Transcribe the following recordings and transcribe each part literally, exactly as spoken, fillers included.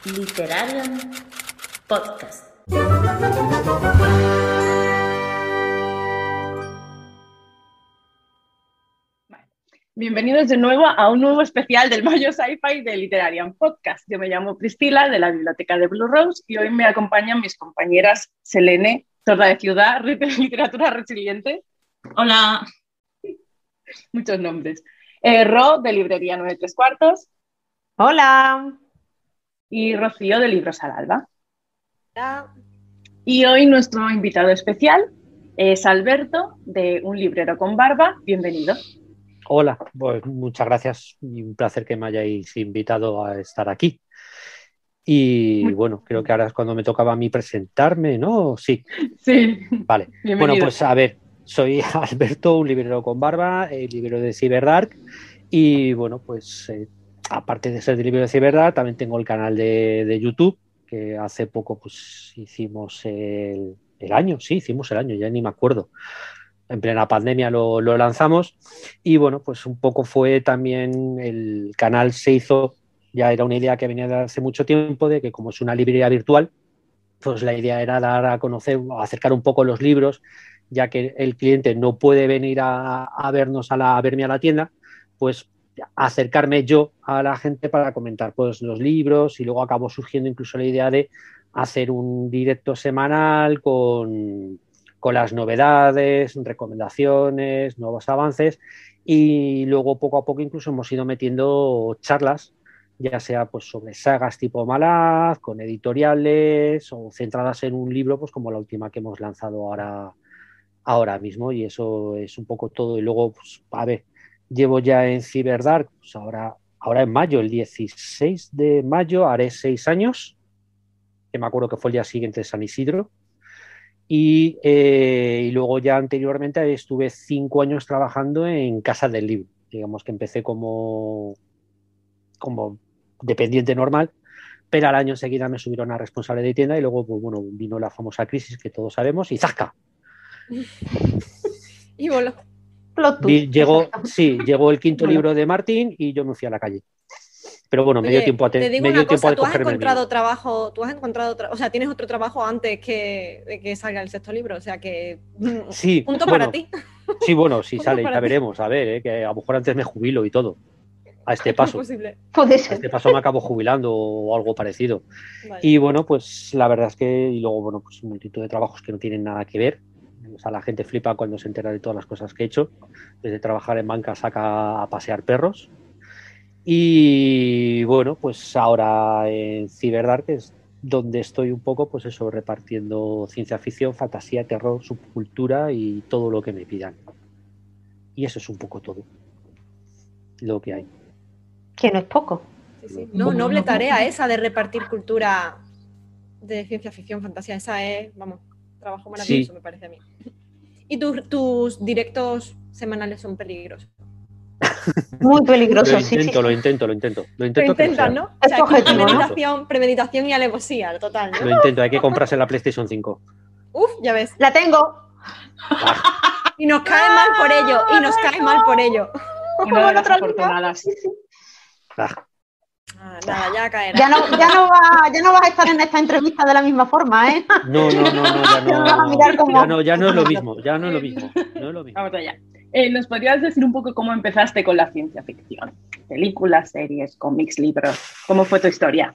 Literarium Podcast. Bienvenidos de nuevo a un nuevo especial del Mayo Sci-Fi de Literarium Podcast. Yo me llamo Priscila, de la Biblioteca de Blue Rose, y hoy me acompañan mis compañeras Selene, Torda de Ciudad, Literatura Resiliente. Hola. Muchos nombres. Eh, Ro, de Librería nueve tres cuartos. Hola. Y Rocío, de Libros al Alba. Hola. Y hoy nuestro invitado especial es Alberto, de Un Librero con Barba. Bienvenido. Hola, pues muchas gracias y un placer que me hayáis invitado a estar aquí. Y Muy bueno, creo que ahora es cuando me tocaba a mí presentarme, ¿no? Sí. Sí. Vale. Bienvenido. Bueno, pues a ver, soy Alberto, un librero con barba, el librero de Cyberdark. Y bueno, pues eh, aparte de ser de librero de Cyberdark, también tengo el canal de, de YouTube, que hace poco pues hicimos el, el año, sí, hicimos el año, ya ni me acuerdo. En plena pandemia lo, lo lanzamos y bueno, pues un poco fue también el canal se hizo, ya era una idea que venía de hace mucho tiempo, de que como es una librería virtual, pues la idea era dar a conocer, acercar un poco los libros, ya que el cliente no puede venir a, a vernos, a, la, a verme a la tienda, pues acercarme yo a la gente para comentar pues los libros, y luego acabó surgiendo incluso la idea de hacer un directo semanal con... con las novedades, recomendaciones, nuevos avances, y luego poco a poco incluso hemos ido metiendo charlas, ya sea pues sobre sagas tipo Malaz, con editoriales o centradas en un libro, pues como la última que hemos lanzado ahora, ahora mismo, y eso es un poco todo. Y luego, pues a ver, llevo ya en Cyberdark, pues ahora, ahora en mayo, el dieciséis de mayo, haré seis años, que me acuerdo que fue el día siguiente de San Isidro. Y, eh, y luego ya anteriormente estuve cinco años trabajando en Casa del Libro. Digamos que empecé como, como dependiente normal, pero al año enseguida me subieron a responsable de tienda y luego pues, bueno, vino la famosa crisis que todos sabemos y ¡zasca! Y voló. Vi, llegó, sí, llegó el quinto bueno. libro de Martín y yo me fui a la calle. Pero bueno, Oye, me dio tiempo a te, te te digo me una dio cosa, tiempo a tú has cogerme encontrado trabajo, tú has encontrado, tra o sea, tienes otro trabajo antes que, de que salga el sexto libro, o sea que sí, punto bueno, para ti. Sí, bueno, sí sale, ya veremos, a ver, eh, que a lo mejor antes me jubilo y todo. A este paso. Posible. Puede ser. A este paso me acabo jubilando o algo parecido. Vale. Y bueno, pues la verdad es que, y luego, bueno, pues un multitud de trabajos que no tienen nada que ver. O sea, la gente flipa cuando se entera de todas las cosas que he hecho. Desde trabajar en banca saca a pasear perros. Y bueno, pues ahora en Cyberdark es donde estoy un poco, pues eso, repartiendo ciencia ficción, fantasía, terror, subcultura y todo lo que me pidan. Y eso es un poco todo lo que hay. Que no es poco. Sí, sí. No, noble tarea esa de repartir cultura de ciencia ficción, fantasía. Esa es, vamos, trabajo maravilloso, sí. Me parece a mí. ¿Y tus, tus directos semanales son peligrosos? Muy peligroso, lo sí, intento, sí. Lo intento, lo intento, lo intento. Lo intentas, ¿no? Es o sea, objetivo, premeditación, ¿no? premeditación y alevosía, total, ¿no? Lo intento, hay que comprarse la PlayStation cinco. Uf, ya ves. La tengo. Ah. Y nos cae mal por ello, y nos cae mal por ello. Una de las afortunadas. Sí, sí. Ah. Ah, nada, ya caerá. Ya no, ya, no va, ya no vas a estar en esta entrevista de la misma forma, ¿eh? No, no, no, no, ya no. Vas a mirar como... Ya no, ya no es lo mismo, ya no es lo mismo. No es lo mismo. Vamos allá. Eh, ¿Nos podrías decir un poco cómo empezaste con la ciencia ficción? Películas, series, cómics, libros. ¿Cómo fue tu historia?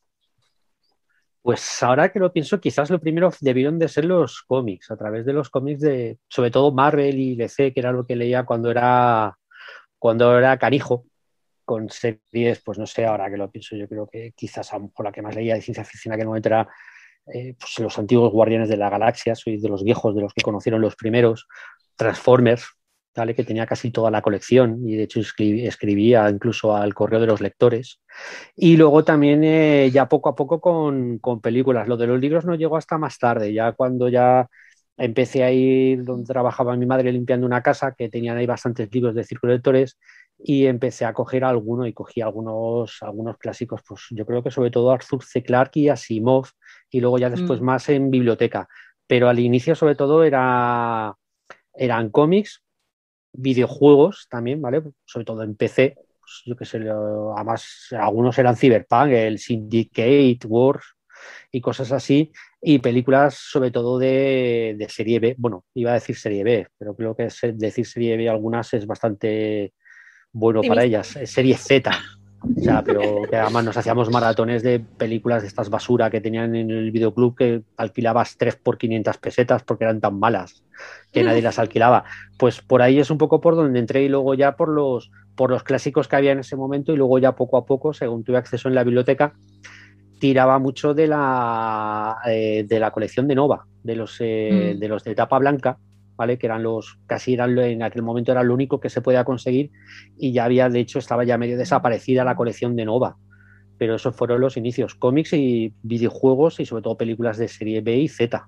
Pues ahora que lo pienso, quizás lo primero debieron de ser los cómics, a través de los cómics de, sobre todo Marvel y D C, que era lo que leía cuando era, cuando era canijo, con series, pues no sé, ahora que lo pienso, yo creo que quizás a lo mejor la que más leía de ciencia ficción en aquel momento era eh, pues los antiguos Guardianes de la Galaxia, soy de los viejos, de los que conocieron los primeros, Transformers, ¿vale? Que tenía casi toda la colección y de hecho escribí, escribía incluso al correo de los lectores. Y luego también eh, ya poco a poco con, con películas. Lo de los libros no llegó hasta más tarde, ya cuando ya empecé a ir donde trabajaba mi madre limpiando una casa que tenían ahí bastantes libros de círculo de lectores y empecé a coger alguno y cogí algunos, algunos clásicos, pues yo creo que sobre todo Arthur C. Clarke y Asimov, y luego ya después mm. más en biblioteca. Pero al inicio sobre todo era, eran cómics, videojuegos también, ¿vale? Sobre todo en P C, pues, yo qué sé, lo, además algunos eran Cyberpunk, el Syndicate Wars y cosas así, y películas sobre todo de, de serie B, bueno, iba a decir serie B, pero creo que es, decir serie B algunas es bastante bueno para ellas, es serie Z. O sea, pero que además nos hacíamos maratones de películas de estas basura que tenían en el videoclub que alquilabas tres por quinientas pesetas porque eran tan malas que nadie las alquilaba. Pues por ahí es un poco por donde entré y luego ya por los, por los clásicos que había en ese momento y luego ya poco a poco, según tuve acceso en la biblioteca, tiraba mucho de la, eh, de la colección de Nova, de los, eh, mm. de los de tapa blanca, ¿vale? Que eran los, casi eran en aquel momento era lo único que se podía conseguir y ya había, de hecho, estaba ya medio desaparecida la colección de Nova. Pero esos fueron los inicios, cómics y videojuegos y sobre todo películas de serie B y Z.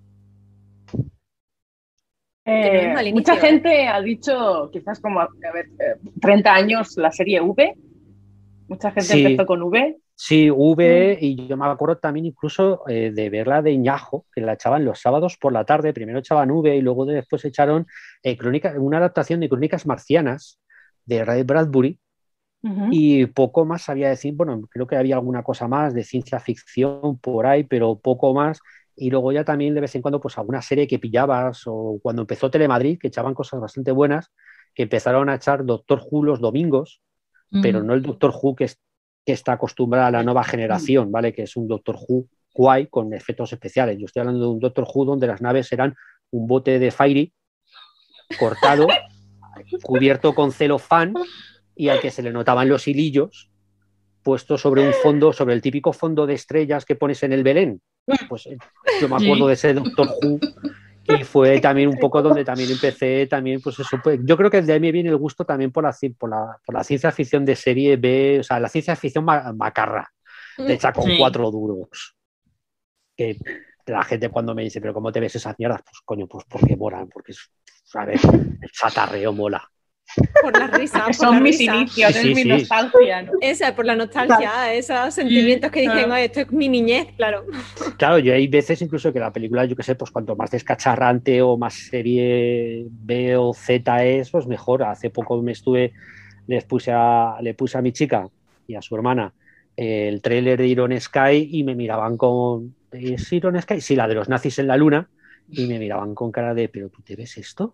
Eh, mucha gente ha dicho, quizás como, a ver, treinta años la serie V. Mucha gente sí. empezó con V. Sí, V, y yo me acuerdo también incluso eh, de verla de Ñajo, que la echaban los sábados por la tarde, primero echaban V y luego después echaron eh, crónica, una adaptación de Crónicas Marcianas de Ray Bradbury, uh-huh. y poco más sabía decir, bueno, creo que había alguna cosa más de ciencia ficción por ahí, pero poco más, y luego ya también de vez en cuando pues alguna serie que pillabas, o cuando empezó Telemadrid, que echaban cosas bastante buenas, que empezaron a echar Doctor Who los domingos, uh-huh. pero no el Doctor Who que es que está acostumbrada a la nueva generación, ¿vale? Que es un Doctor Who guay con efectos especiales. Yo estoy hablando de un Doctor Who donde las naves eran un bote de Fairy cortado, cubierto con celofán y al que se le notaban los hilillos puesto sobre un fondo, sobre el típico fondo de estrellas que pones en el Belén. Pues yo me acuerdo sí. de ese Doctor Who y fue también un poco donde también empecé también, pues eso, pues, yo creo que de ahí me viene el gusto también por la, por la, por la ciencia ficción de serie B, o sea, la ciencia ficción ma macarra, de hecha con sí. cuatro duros. Que la gente cuando me dice, pero ¿cómo te ves esas mierdas? Pues coño, pues porque molan, porque a ver, el chatarreo mola. Por la risa, por son la mis risa. inicios, sí, sí, es mi sí. nostalgia, ¿no? Esa, por la nostalgia, esos sentimientos que dicen, oye, esto es mi niñez, claro. Claro, yo hay veces incluso que la película, yo qué sé, pues cuanto más descacharrante o más serie B o Z es, pues mejor. Hace poco me estuve, les puse a, le puse a mi chica y a su hermana eh, el tráiler de Iron Sky y me miraban con, ¿es Iron Sky? Sí, la de los nazis en la luna, y me miraban con cara de, ¿pero tú te ves esto?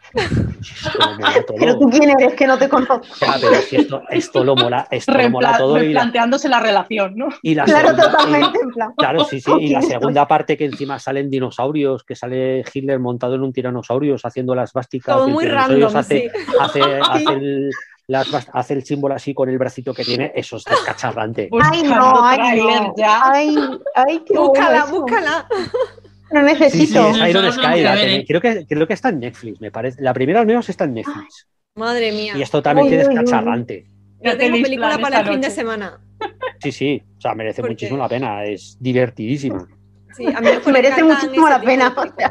Pero tú quién eres que no te conozco. Ya, pero si esto, esto lo mola, esto Repla lo mola todo. Replanteándose y la, la relación, ¿no? Y la claro, segunda, totalmente. Y, en plan. Claro, sí, sí. Y la segunda parte que encima salen dinosaurios, que sale Hitler montado en un tiranosaurio haciendo las vásticas. Como muy random, hace, sí. hace, hace, el, las, hace el símbolo así con el bracito que tiene, eso es descacharrante. Ay, no, ay, no. Ay, ay, qué búscala, bueno búscala. No necesito. Sí, sí, es Iron Sky. La creo, que, creo que está en Netflix, me parece. La primera al menos está en Netflix. Madre mía. Y es totalmente uy, descacharrante. Yo tengo película para el fin de semana. Sí, sí. O sea, merece muchísimo la pena. Es divertidísima. Sí, a mí me merece muchísimo la pena. O sea,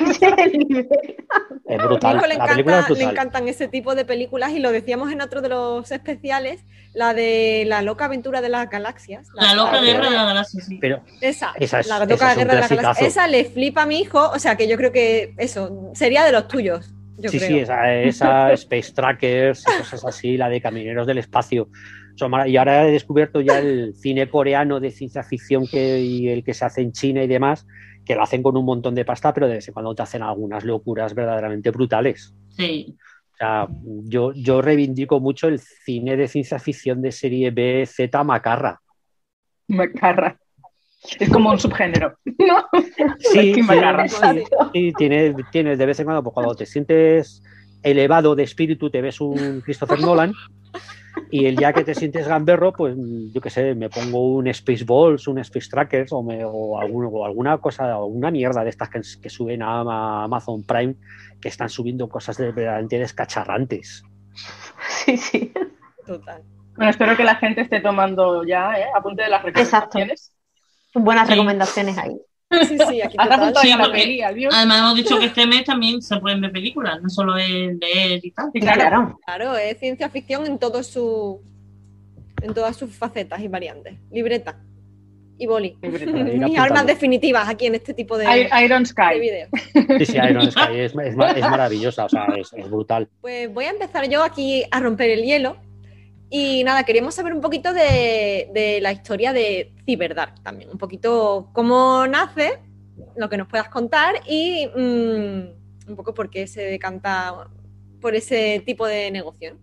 es brutal. A mi hijo le, la encanta, película es brutal. Le encantan ese tipo de películas y lo decíamos en otro de los especiales, la de La loca aventura de las galaxias. La, la loca guerra de las galaxias, sí. Pero esa, esa es, la loca esa es guerra de las clasicazo. galaxias. Esa le flipa a mi hijo, o sea que yo creo que eso sería de los tuyos. Yo sí, creo. sí, esa, esa Space Trackers y cosas así, la de Camineros del Espacio. Y ahora he descubierto ya el cine coreano de ciencia ficción que, y el que se hace en China y demás, que lo hacen con un montón de pasta, pero de vez en cuando te hacen algunas locuras verdaderamente brutales. Sí. O sea, yo, yo reivindico mucho el cine de ciencia ficción de serie B, Z, macarra. Macarra. Es como un subgénero, ¿no? Sí, sí, sí, sí tiene, tienes de vez en cuando, pues cuando te sientes elevado de espíritu, te ves un Christopher Nolan, y el día que te sientes gamberro, pues yo qué sé, me pongo un Spaceballs, un Space Trackers o, me, o, algún, o alguna cosa, o una mierda de estas que, que suben a Amazon Prime, que están subiendo cosas de, verdaderamente descacharrantes. Sí, sí. Total. Bueno, espero que la gente esté tomando ya, ¿eh? Apunte de las recomendaciones. Exacto. Buenas sí. recomendaciones ahí. Sí, sí, aquí total. Sí, la peli, además hemos dicho que este mes también se pueden ver películas, no solo es leer y tal. Sí, claro. Claro, es ciencia ficción en todo su en todas sus facetas y variantes. Libreta y boli. Mis armas definitivas aquí en este tipo de, Iron Sky. de videos. Sí, sí, Iron Sky es, es, es maravillosa, o sea, es, es brutal. Pues voy a empezar yo aquí a romper el hielo Y nada, queríamos saber un poquito de, de la historia de Cyberdark también, un poquito cómo nace, lo que nos puedas contar y mmm, un poco por qué se decanta por ese tipo de negocio.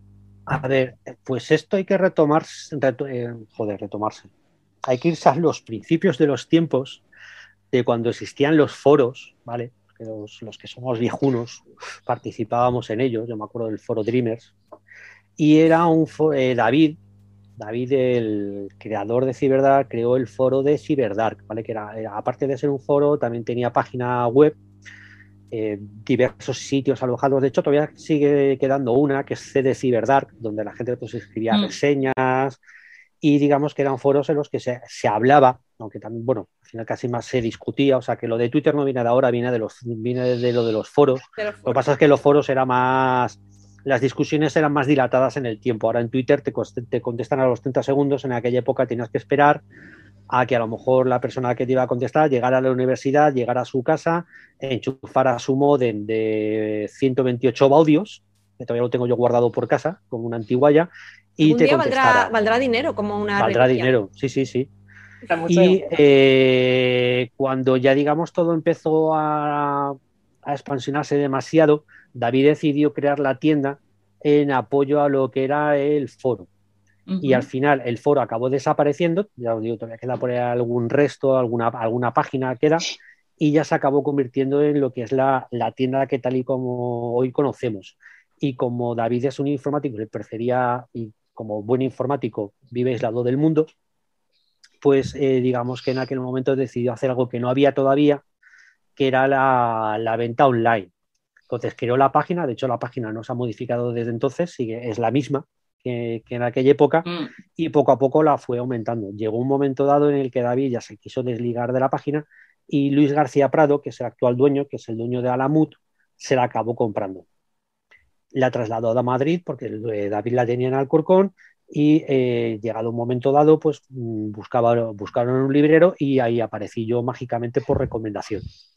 A ver, pues esto hay que retomar, reto, eh, joder, retomarse. Hay que irse a los principios de los tiempos de cuando existían los foros, ¿vale? Los, los que somos viejunos participábamos en ellos. Yo me acuerdo del foro Dreamers. Y era un foro, eh, David, David, el creador de Cyberdark, creó el foro de Cyberdark, ¿vale? Que era, era, aparte de ser un foro, también tenía página web, eh, diversos sitios alojados. De hecho, todavía sigue quedando una, que es C D Cyberdark, donde la gente pues escribía mm. reseñas, y digamos que eran foros en los que se, se hablaba, aunque también, bueno, al final casi más se discutía, o sea que lo de Twitter no viene de ahora, viene de, los, viene de lo de los foros. De los foros. Lo que pasa es que los foros eran más, las discusiones eran más dilatadas en el tiempo. Ahora en Twitter te, te contestan a los treinta segundos, en aquella época tenías que esperar a que a lo mejor la persona que te iba a contestar llegara a la universidad, llegara a su casa, enchufara su modem de ciento veintiocho baudios, que todavía lo tengo yo guardado por casa, como una antiguaya, y te día contestara. Valdrá, valdrá dinero como una Valdrá reliquia. Dinero, sí, sí, sí. Y eh, cuando ya, digamos, todo empezó a, a expansionarse demasiado, David decidió crear la tienda en apoyo a lo que era el foro. Uh-huh. Y al final el foro acabó desapareciendo, ya os digo, todavía queda por ahí algún resto, alguna, alguna página queda, y ya se acabó convirtiendo en lo que es la, la tienda que tal y como hoy conocemos. Y como David es un informático que prefería, y como buen informático vive aislado del mundo, pues eh, digamos que en aquel momento decidió hacer algo que no había todavía, que era la, la venta online. Entonces creó la página, de hecho la página no se ha modificado desde entonces, sigue, es la misma que, que en aquella época, mm. y poco a poco la fue aumentando. Llegó un momento dado en el que David ya se quiso desligar de la página y Luis García Prado, que es el actual dueño, que es el dueño de Alamut, se la acabó comprando. La trasladó a Madrid porque eh, David la tenía en Alcorcón y eh, llegado un momento dado pues buscaba, buscaron un librero y ahí aparecí yo mágicamente por recomendación,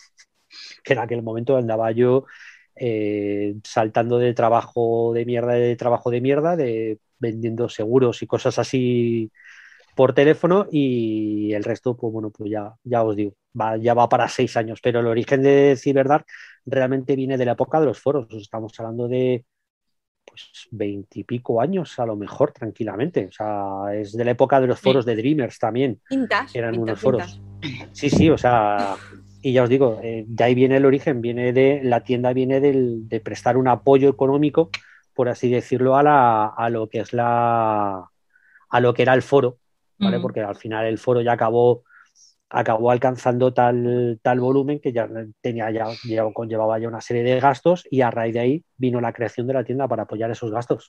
que en aquel momento andaba yo eh, saltando de trabajo de mierda de trabajo de mierda de vendiendo seguros y cosas así por teléfono, y el resto pues bueno, pues ya, ya os digo, va, ya va para seis años, pero el origen de Cyberdark realmente viene de la época de los foros. Estamos hablando de pues veintipico años a lo mejor tranquilamente, o sea, es de la época de los foros de Dreamers también. Vintage, eran vintage, unos foros. Vintage. Sí, sí, o sea, y ya os digo, eh, de ahí viene el origen, viene de la tienda, viene del, de prestar un apoyo económico, por así decirlo, a la, a lo que es la, a lo que era el foro, ¿vale? Mm. Porque al final el foro ya acabó acabó alcanzando tal, tal volumen que ya tenía ya, ya conllevaba ya una serie de gastos, y a raíz de ahí vino la creación de la tienda para apoyar esos gastos.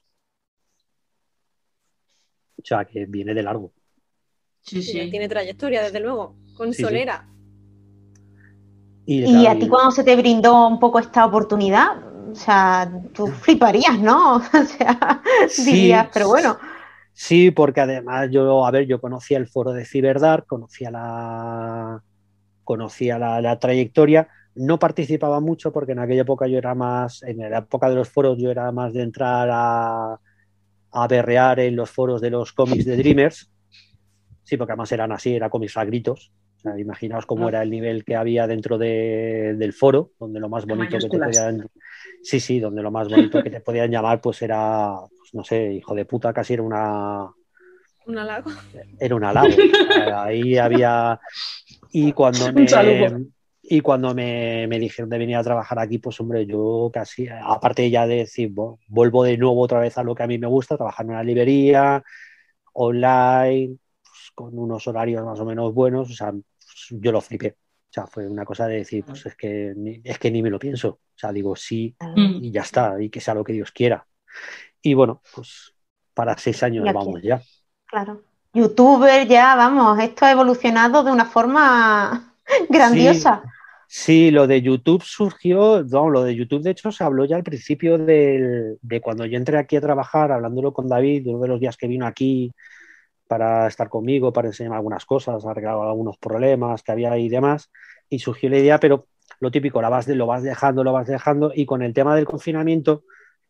O sea, que viene de largo. Sí, sí. Tiene trayectoria, desde luego, con sí, Solera. Sí. ¿Y, y a ti cuando se te brindó un poco esta oportunidad? O sea, tú fliparías, ¿no? O sea, sí, dirías, pero bueno... Sí, porque además yo, a ver, yo conocía el foro de Cyberdark, conocía la, conocía la, la trayectoria, no participaba mucho porque en aquella época yo era más, en la época de los foros yo era más de entrar a, a berrear en los foros de los cómics de Dreamers, sí, porque además eran así, era cómics a gritos. O sea, imaginaos cómo era el nivel que había dentro de, del foro, donde lo más bonito que te podían, sí, sí, donde lo más bonito que te podían llamar pues era, pues, no sé, hijo de puta, casi era una... ¿Un halago? Era un halago. Ahí había... Y cuando me, y cuando me, me dijeron de venir a trabajar aquí, pues hombre, yo casi, aparte ya de decir, bueno, vuelvo de nuevo otra vez a lo que a mí me gusta, trabajar en una librería, online, pues, con unos horarios más o menos buenos, o sea, pues, yo lo flipé. O sea, fue una cosa de decir, pues es que, ni, es que ni me lo pienso. O sea, digo sí y ya está, y que sea lo que Dios quiera. Y bueno, pues para seis años vamos ya. Claro. Youtuber ya, vamos, esto ha evolucionado de una forma grandiosa. Sí, sí, lo de YouTube surgió, no, lo de YouTube de hecho se habló ya al principio del, de cuando yo entré aquí a trabajar, hablándolo con David, uno de los días que vino aquí para estar conmigo, para enseñarme algunas cosas, arreglar algunos problemas que había y demás, y surgió la idea, pero lo típico, la vas de, lo vas dejando, lo vas dejando, y con el tema del confinamiento,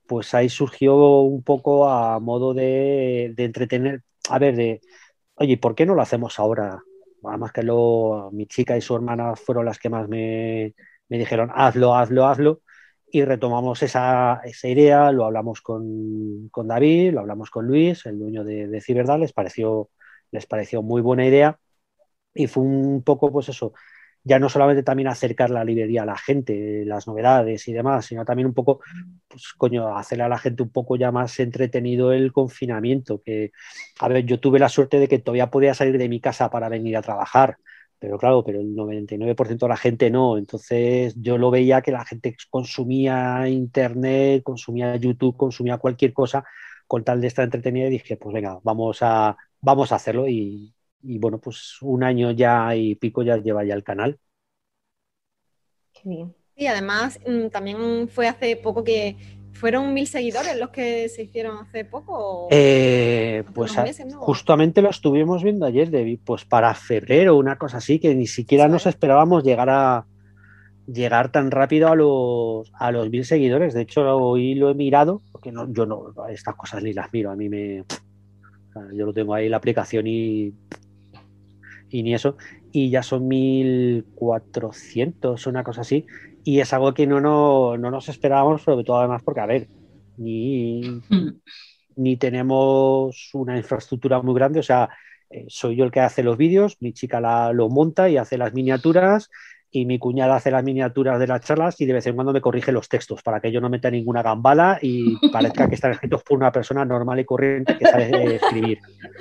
pues ahí surgió un poco a modo de, de entretener, a ver, de, oye, ¿por qué no lo hacemos ahora? Además que luego mi chica y su hermana fueron las que más me, me dijeron, hazlo, hazlo, hazlo, y retomamos esa, esa idea, lo hablamos con, con David, lo hablamos con Luis, el dueño de, de Ciberdad, les pareció, les pareció muy buena idea, y fue un poco, pues eso, ya no solamente también acercar la librería a la gente, las novedades y demás, sino también un poco, pues coño, hacerle a la gente un poco ya más entretenido el confinamiento, que, a ver, yo tuve la suerte de que todavía podía salir de mi casa para venir a trabajar, pero claro, pero el noventa y nueve por ciento de la gente no, entonces yo lo veía que la gente consumía internet, consumía YouTube, consumía cualquier cosa con tal de estar entretenida y dije, pues venga, vamos a, vamos a hacerlo y Y bueno, pues un año ya y pico ya lleva ya el canal. Qué bien. Y además también fue hace poco que fueron mil seguidores los que se hicieron hace poco. Eh, pues meses, ¿no? Justamente lo estuvimos viendo ayer, de, pues para febrero, una cosa así, que ni siquiera ¿sabes? Nos esperábamos llegar a llegar tan rápido a los a los mil seguidores. De hecho, hoy lo he mirado, porque no, yo no, estas cosas ni las miro, a mí me... O sea, yo lo tengo ahí la aplicación y... y ni eso, y ya son mil cuatrocientos, una cosa así, y es algo que no, no, no nos esperábamos, sobre todo además porque, a ver, ni, mm. ni tenemos una infraestructura muy grande, o sea, eh, soy yo el que hace los vídeos, mi chica la, lo monta y hace las miniaturas, y mi cuñada hace las miniaturas de las charlas y de vez en cuando me corrige los textos para que yo no meta ninguna gambala y parezca que están escritos por una persona normal y corriente que sabe escribir.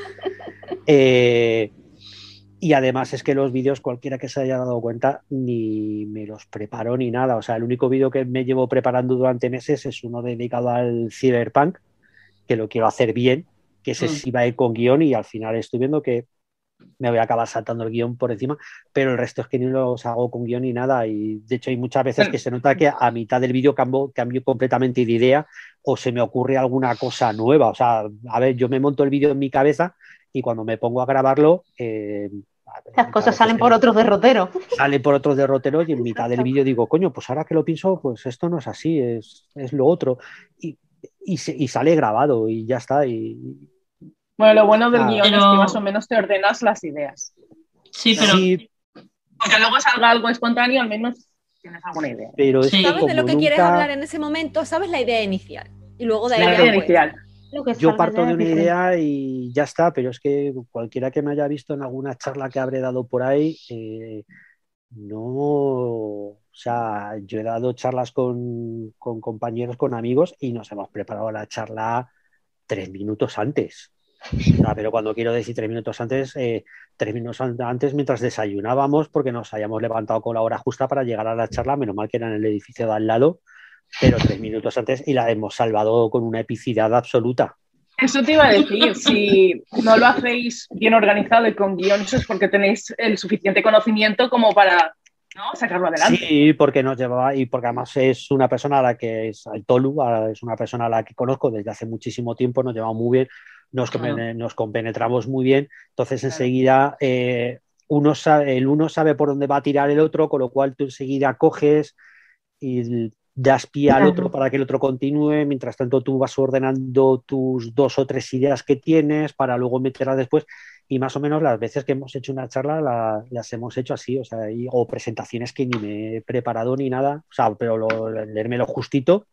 Eh... Y además es que los vídeos, cualquiera que se haya dado cuenta, ni me los preparo ni nada. O sea, el único vídeo que me llevo preparando durante meses es uno dedicado al Cyberpunk, que lo quiero hacer bien, que ese sí va a ir con guión y al final estoy viendo que me voy a acabar saltando el guión por encima, pero el resto es que ni los hago con guión ni nada. Y de hecho hay muchas veces que se nota que a mitad del vídeo cambio, cambio completamente de idea o se me ocurre alguna cosa nueva. O sea, a ver, yo me monto el vídeo en mi cabeza y cuando me pongo a grabarlo... Eh, las cosas salen por otros derroteros. Salen por otros derroteros y en mitad del vídeo digo, coño, pues ahora que lo pienso, pues esto no es así, es, es lo otro. Y, y, se, y sale grabado y ya está. Y... Bueno, lo bueno del ah, guión pero... es que más o menos te ordenas las ideas. Sí, pero... Sí. Porque luego salga algo espontáneo, al menos tienes alguna idea. Pero sí. Sabes de lo que nunca... quieres hablar en ese momento, sabes la idea inicial. Y luego de ahí... La idea inicial. Yo parto de una idea y ya está, pero es que cualquiera que me haya visto en alguna charla que habré dado por ahí, eh, no, o sea, yo he dado charlas con, con compañeros, con amigos y nos hemos preparado la charla tres minutos antes. O sea, pero cuando quiero decir tres minutos antes, eh, tres minutos antes mientras desayunábamos porque nos hayamos levantado con la hora justa para llegar a la charla, menos mal que era en el edificio de al lado. Pero tres minutos antes y la hemos salvado con una epicidad absoluta. Eso te iba a decir, si no lo hacéis bien organizado y con guiones es porque tenéis el suficiente conocimiento como para, ¿no?, sacarlo adelante. Sí, porque nos llevaba y porque además es una persona a la que es el Tolu, es una persona a la que conozco desde hace muchísimo tiempo, nos llevamos muy bien, nos, claro. nos compenetramos muy bien, entonces claro. enseguida eh, uno sabe, el uno sabe por dónde va a tirar el otro, con lo cual tú enseguida coges y das pie al otro para que el otro continúe, mientras tanto tú vas ordenando tus dos o tres ideas que tienes para luego meterlas después y más o menos las veces que hemos hecho una charla la, las hemos hecho así, o sea, y, o presentaciones que ni me he preparado ni nada, o sea, pero lo, leérmelo justito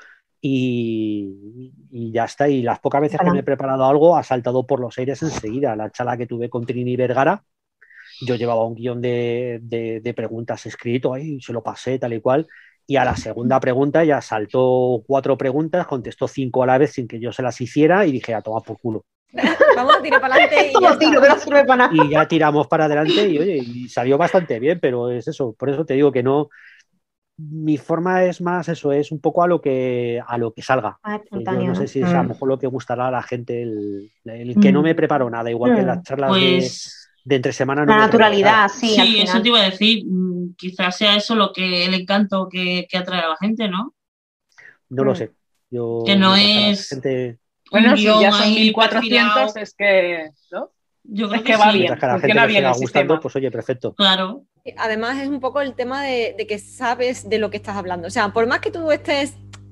y, y ya está, y las pocas veces que me he preparado algo ha saltado por los aires enseguida. La charla que tuve con Trini Vergara, yo llevaba un guión de, de, de preguntas escrito, ahí se lo pasé tal y cual. Y a la segunda pregunta ya saltó cuatro preguntas, contestó cinco a la vez sin que yo se las hiciera y dije, a tomar por culo. Vamos a tirar para adelante y ya, tiro, no sirve para nada. Y ya tiramos para adelante y oye, y salió bastante bien, pero es eso, por eso te digo que no, mi forma es más eso, es un poco a lo que a lo que salga. Ah, yo no sé si es a lo mejor lo que gustará a la gente, el, el que no me preparo nada, igual mm. que las charlas pues... de... de entre semana no la naturalidad, sí. Sí, eso te iba a decir. Quizás sea eso lo que el encanto que, que atrae a la gente, ¿no? No mm. lo sé. Yo, que no es. Gente... Bueno, si ya son mil cuatrocientos, es que. ¿No? Yo creo es que, que va sí. bien. Que a la gente bien le siga gustando, pues oye, perfecto. Claro. Además, es un poco el tema de, de que sabes de lo que estás hablando. O sea, por más que tú estés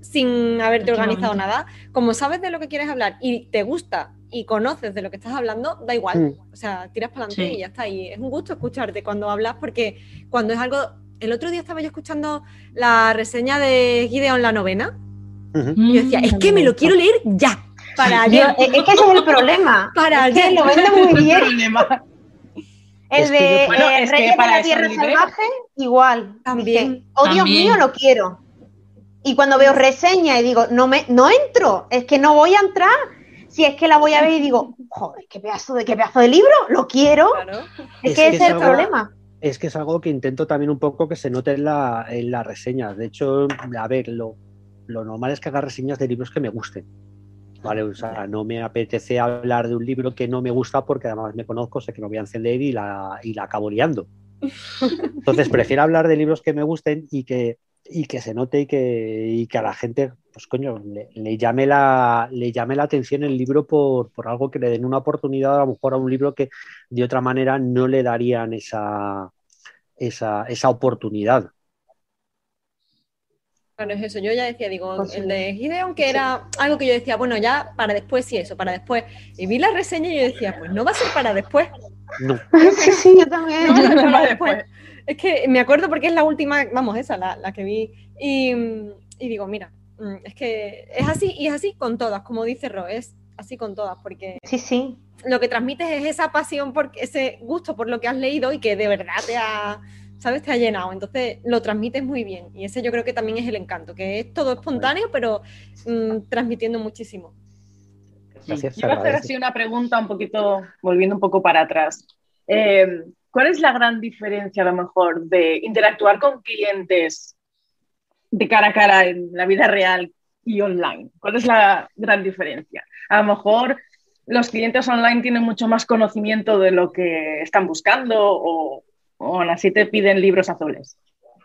sin haberte organizado nada, como sabes de lo que quieres hablar y te gusta y conoces de lo que estás hablando, da igual, mm. o sea, tiras para adelante sí. y ya está. Y es un gusto escucharte cuando hablas, porque cuando es algo... El otro día estaba yo escuchando la reseña de Gideon la novena, uh-huh. y yo decía, es que me lo quiero leer ya, para ayer. Yo, es que ese es el problema. Para es ayer. Que lo vende muy bien. El es de que yo, bueno, eh, es Reyes que para de la Tierra Salvaje, igual. También. Dice, oh, Dios También. mío, lo quiero. Y cuando veo reseña y digo, no me, no entro, es que no voy a entrar. Si es que la voy a ver y digo, joder, qué pedazo de, qué pedazo de libro, lo quiero. Claro. Es, es que, que ese es el algo, problema. Es que es algo que intento también un poco que se note en la, en la reseña. De hecho, a ver, lo, lo normal es que haga reseñas de libros que me gusten. Vale, o sea, no me apetece hablar de un libro que no me gusta porque además me conozco, sé que me voy a encender y la, y la acabo liando. Entonces prefiero hablar de libros que me gusten y que, y que se note y que, y que a la gente, pues coño, le, le, llame, la, le llame la atención el libro por, por algo que le den una oportunidad, a lo mejor a un libro que de otra manera no le darían esa, esa, esa oportunidad. Claro, es eso. Yo ya decía, digo, pues sí. el de Gideon, que era algo que yo decía, bueno, ya para después sí, eso, para después. Y vi la reseña y yo decía, pues no va a ser para después. No. Sí, sí, yo también. No va a ser para después. Es que me acuerdo porque es la última, vamos, esa, la, la que vi. Y, y digo, mira, es que es así y es así con todas, como dice Ro, es así con todas, porque sí, sí. lo que transmites es esa pasión, por, ese gusto por lo que has leído y que de verdad te ha... ¿sabes? Te ha llenado, entonces lo transmites muy bien y ese yo creo que también es el encanto, que es todo espontáneo pero mmm, transmitiendo muchísimo. Gracias, yo voy a hacer así una pregunta un poquito, volviendo un poco para atrás. Eh, ¿Cuál es la gran diferencia a lo mejor de interactuar con clientes de cara a cara en la vida real y online? ¿Cuál es la gran diferencia? A lo mejor los clientes online tienen mucho más conocimiento de lo que están buscando o... o aún así te piden libros azules.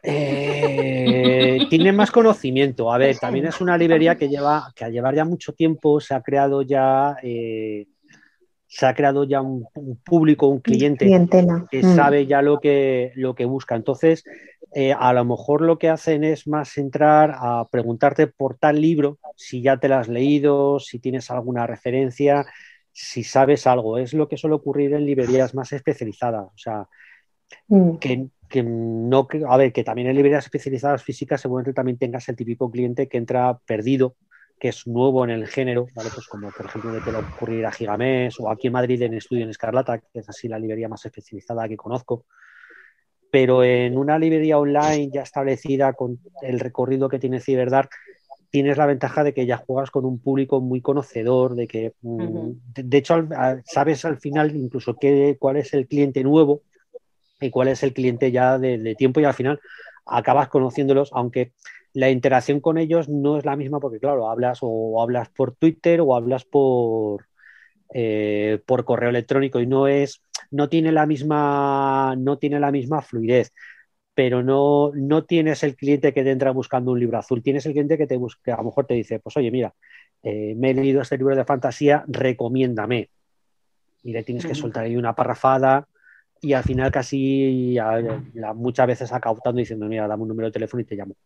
Eh, tiene más conocimiento. A ver, también es una librería que lleva, que al llevar ya mucho tiempo se ha creado ya, eh, se ha creado ya un, un público, un cliente Clientela. que mm. sabe ya lo que, lo que busca. Entonces, eh, a lo mejor lo que hacen es más entrar a preguntarte por tal libro, si ya te lo has leído, si tienes alguna referencia, si sabes algo. Es lo que suele ocurrir en librerías más especializadas. O sea, Que, que no, a ver, que también en librerías especializadas físicas seguramente también tengas el típico cliente que entra perdido, que es nuevo en el género, ¿vale? Pues como por ejemplo le puede ocurrir a Gigamés o aquí en Madrid en Estudio en Escarlata, que es así la librería más especializada que conozco. Pero en una librería online ya establecida con el recorrido que tiene CyberDark, tienes la ventaja de que ya juegas con un público muy conocedor, de que, uh-huh. de, de hecho, sabes al final incluso qué, cuál es el cliente nuevo y cuál es el cliente ya de, de tiempo y al final acabas conociéndolos, aunque la interacción con ellos no es la misma porque, claro, hablas o hablas por Twitter o hablas por, eh, por correo electrónico y no es, no tiene la misma, no tiene la misma fluidez, pero no, no tienes el cliente que te entra buscando un libro azul, tienes el cliente que te busca, que a lo mejor te dice, pues oye, mira, eh, me he leído este libro de fantasía, recomiéndame. Y le tienes que soltar ahí una parrafada. Y al final casi a, a, muchas veces acaba optando diciendo, mira, dame un número de teléfono y te llamo.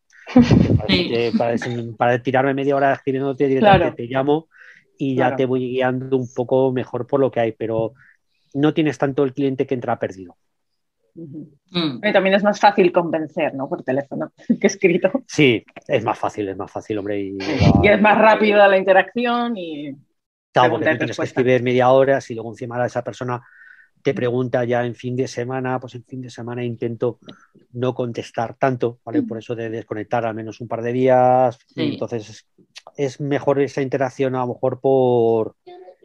Sí. Para, para, para tirarme media hora escribiéndote directamente, claro. Te llamo y ya claro. Te voy guiando un poco mejor por lo que hay, pero no tienes tanto el cliente que entra perdido. Uh-huh. Mm. Y también es más fácil convencer, ¿no? Por teléfono que escrito. Sí, es más fácil, es más fácil, hombre. Y, y es más rápida la interacción y... Claro, porque tú tienes que escribir media hora, si luego encima esa persona... te pregunta ya en fin de semana, pues en fin de semana intento no contestar tanto, ¿vale? Por eso de desconectar al menos un par de días. Sí. Entonces es, es mejor esa interacción a lo mejor por,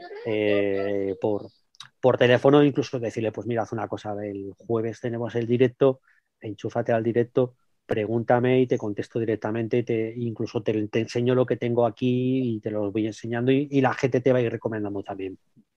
eh, por, por teléfono, incluso decirle, pues mira, haz una cosa, el jueves tenemos el directo, enchúfate al directo, pregúntame y te contesto directamente, y te, incluso te, te enseño lo que tengo aquí y te lo voy enseñando y, y la gente te va a ir recomendando también.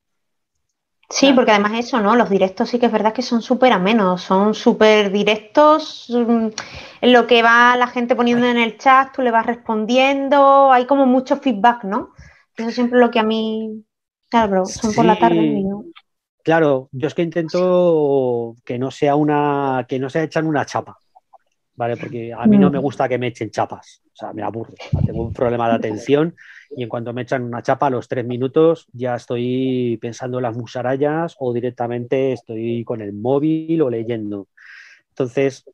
Sí, porque además eso, ¿no? Los directos sí que es verdad que son súper amenos, son súper directos, en lo que va la gente poniendo en el chat, tú le vas respondiendo, hay como mucho feedback, ¿no? Eso es siempre lo que a mí, claro, pero son sí, por la tarde. Y no... Claro, yo es que intento que no sea una, que no sea echar una chapa, ¿vale? Porque a mí no me gusta que me echen chapas, o sea, me aburre. Tengo un problema de atención y en cuanto me echan una chapa a los tres minutos ya estoy pensando en las musarañas o directamente estoy con el móvil o leyendo. Entonces,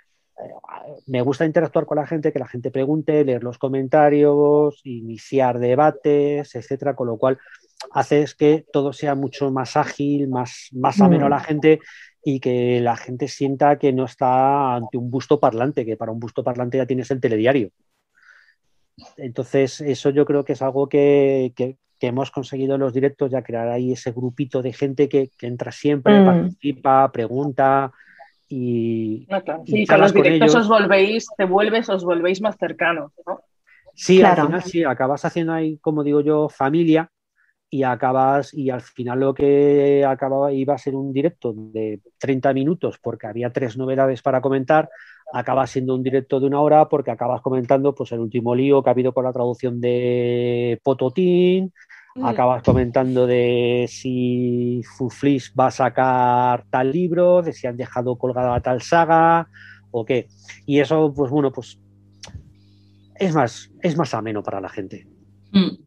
me gusta interactuar con la gente, que la gente pregunte, leer los comentarios, iniciar debates, etcétera, con lo cual haces que todo sea mucho más ágil, más, más ameno a la gente y que la gente sienta que no está ante un busto parlante, que para un busto parlante ya tienes el telediario. Entonces, eso yo creo que es algo que, que, que hemos conseguido en los directos, ya crear ahí ese grupito de gente que, que entra siempre, mm. participa, pregunta y, no, claro. Sí, y con los directos con os volvéis, te vuelves, os volvéis más cercanos, ¿no? Sí, claro. Al final sí, acabas haciendo ahí, como digo yo, familia y acabas, y al final lo que acababa iba a ser un directo de treinta minutos porque había tres novedades para comentar, acaba siendo un directo de una hora porque acabas comentando pues el último lío que ha habido con la traducción de Pototín, mm. acabas comentando de si Fuflis va a sacar tal libro, de si han dejado colgada tal saga o qué. Y eso, pues bueno, pues es más, es más ameno para la gente. Mm.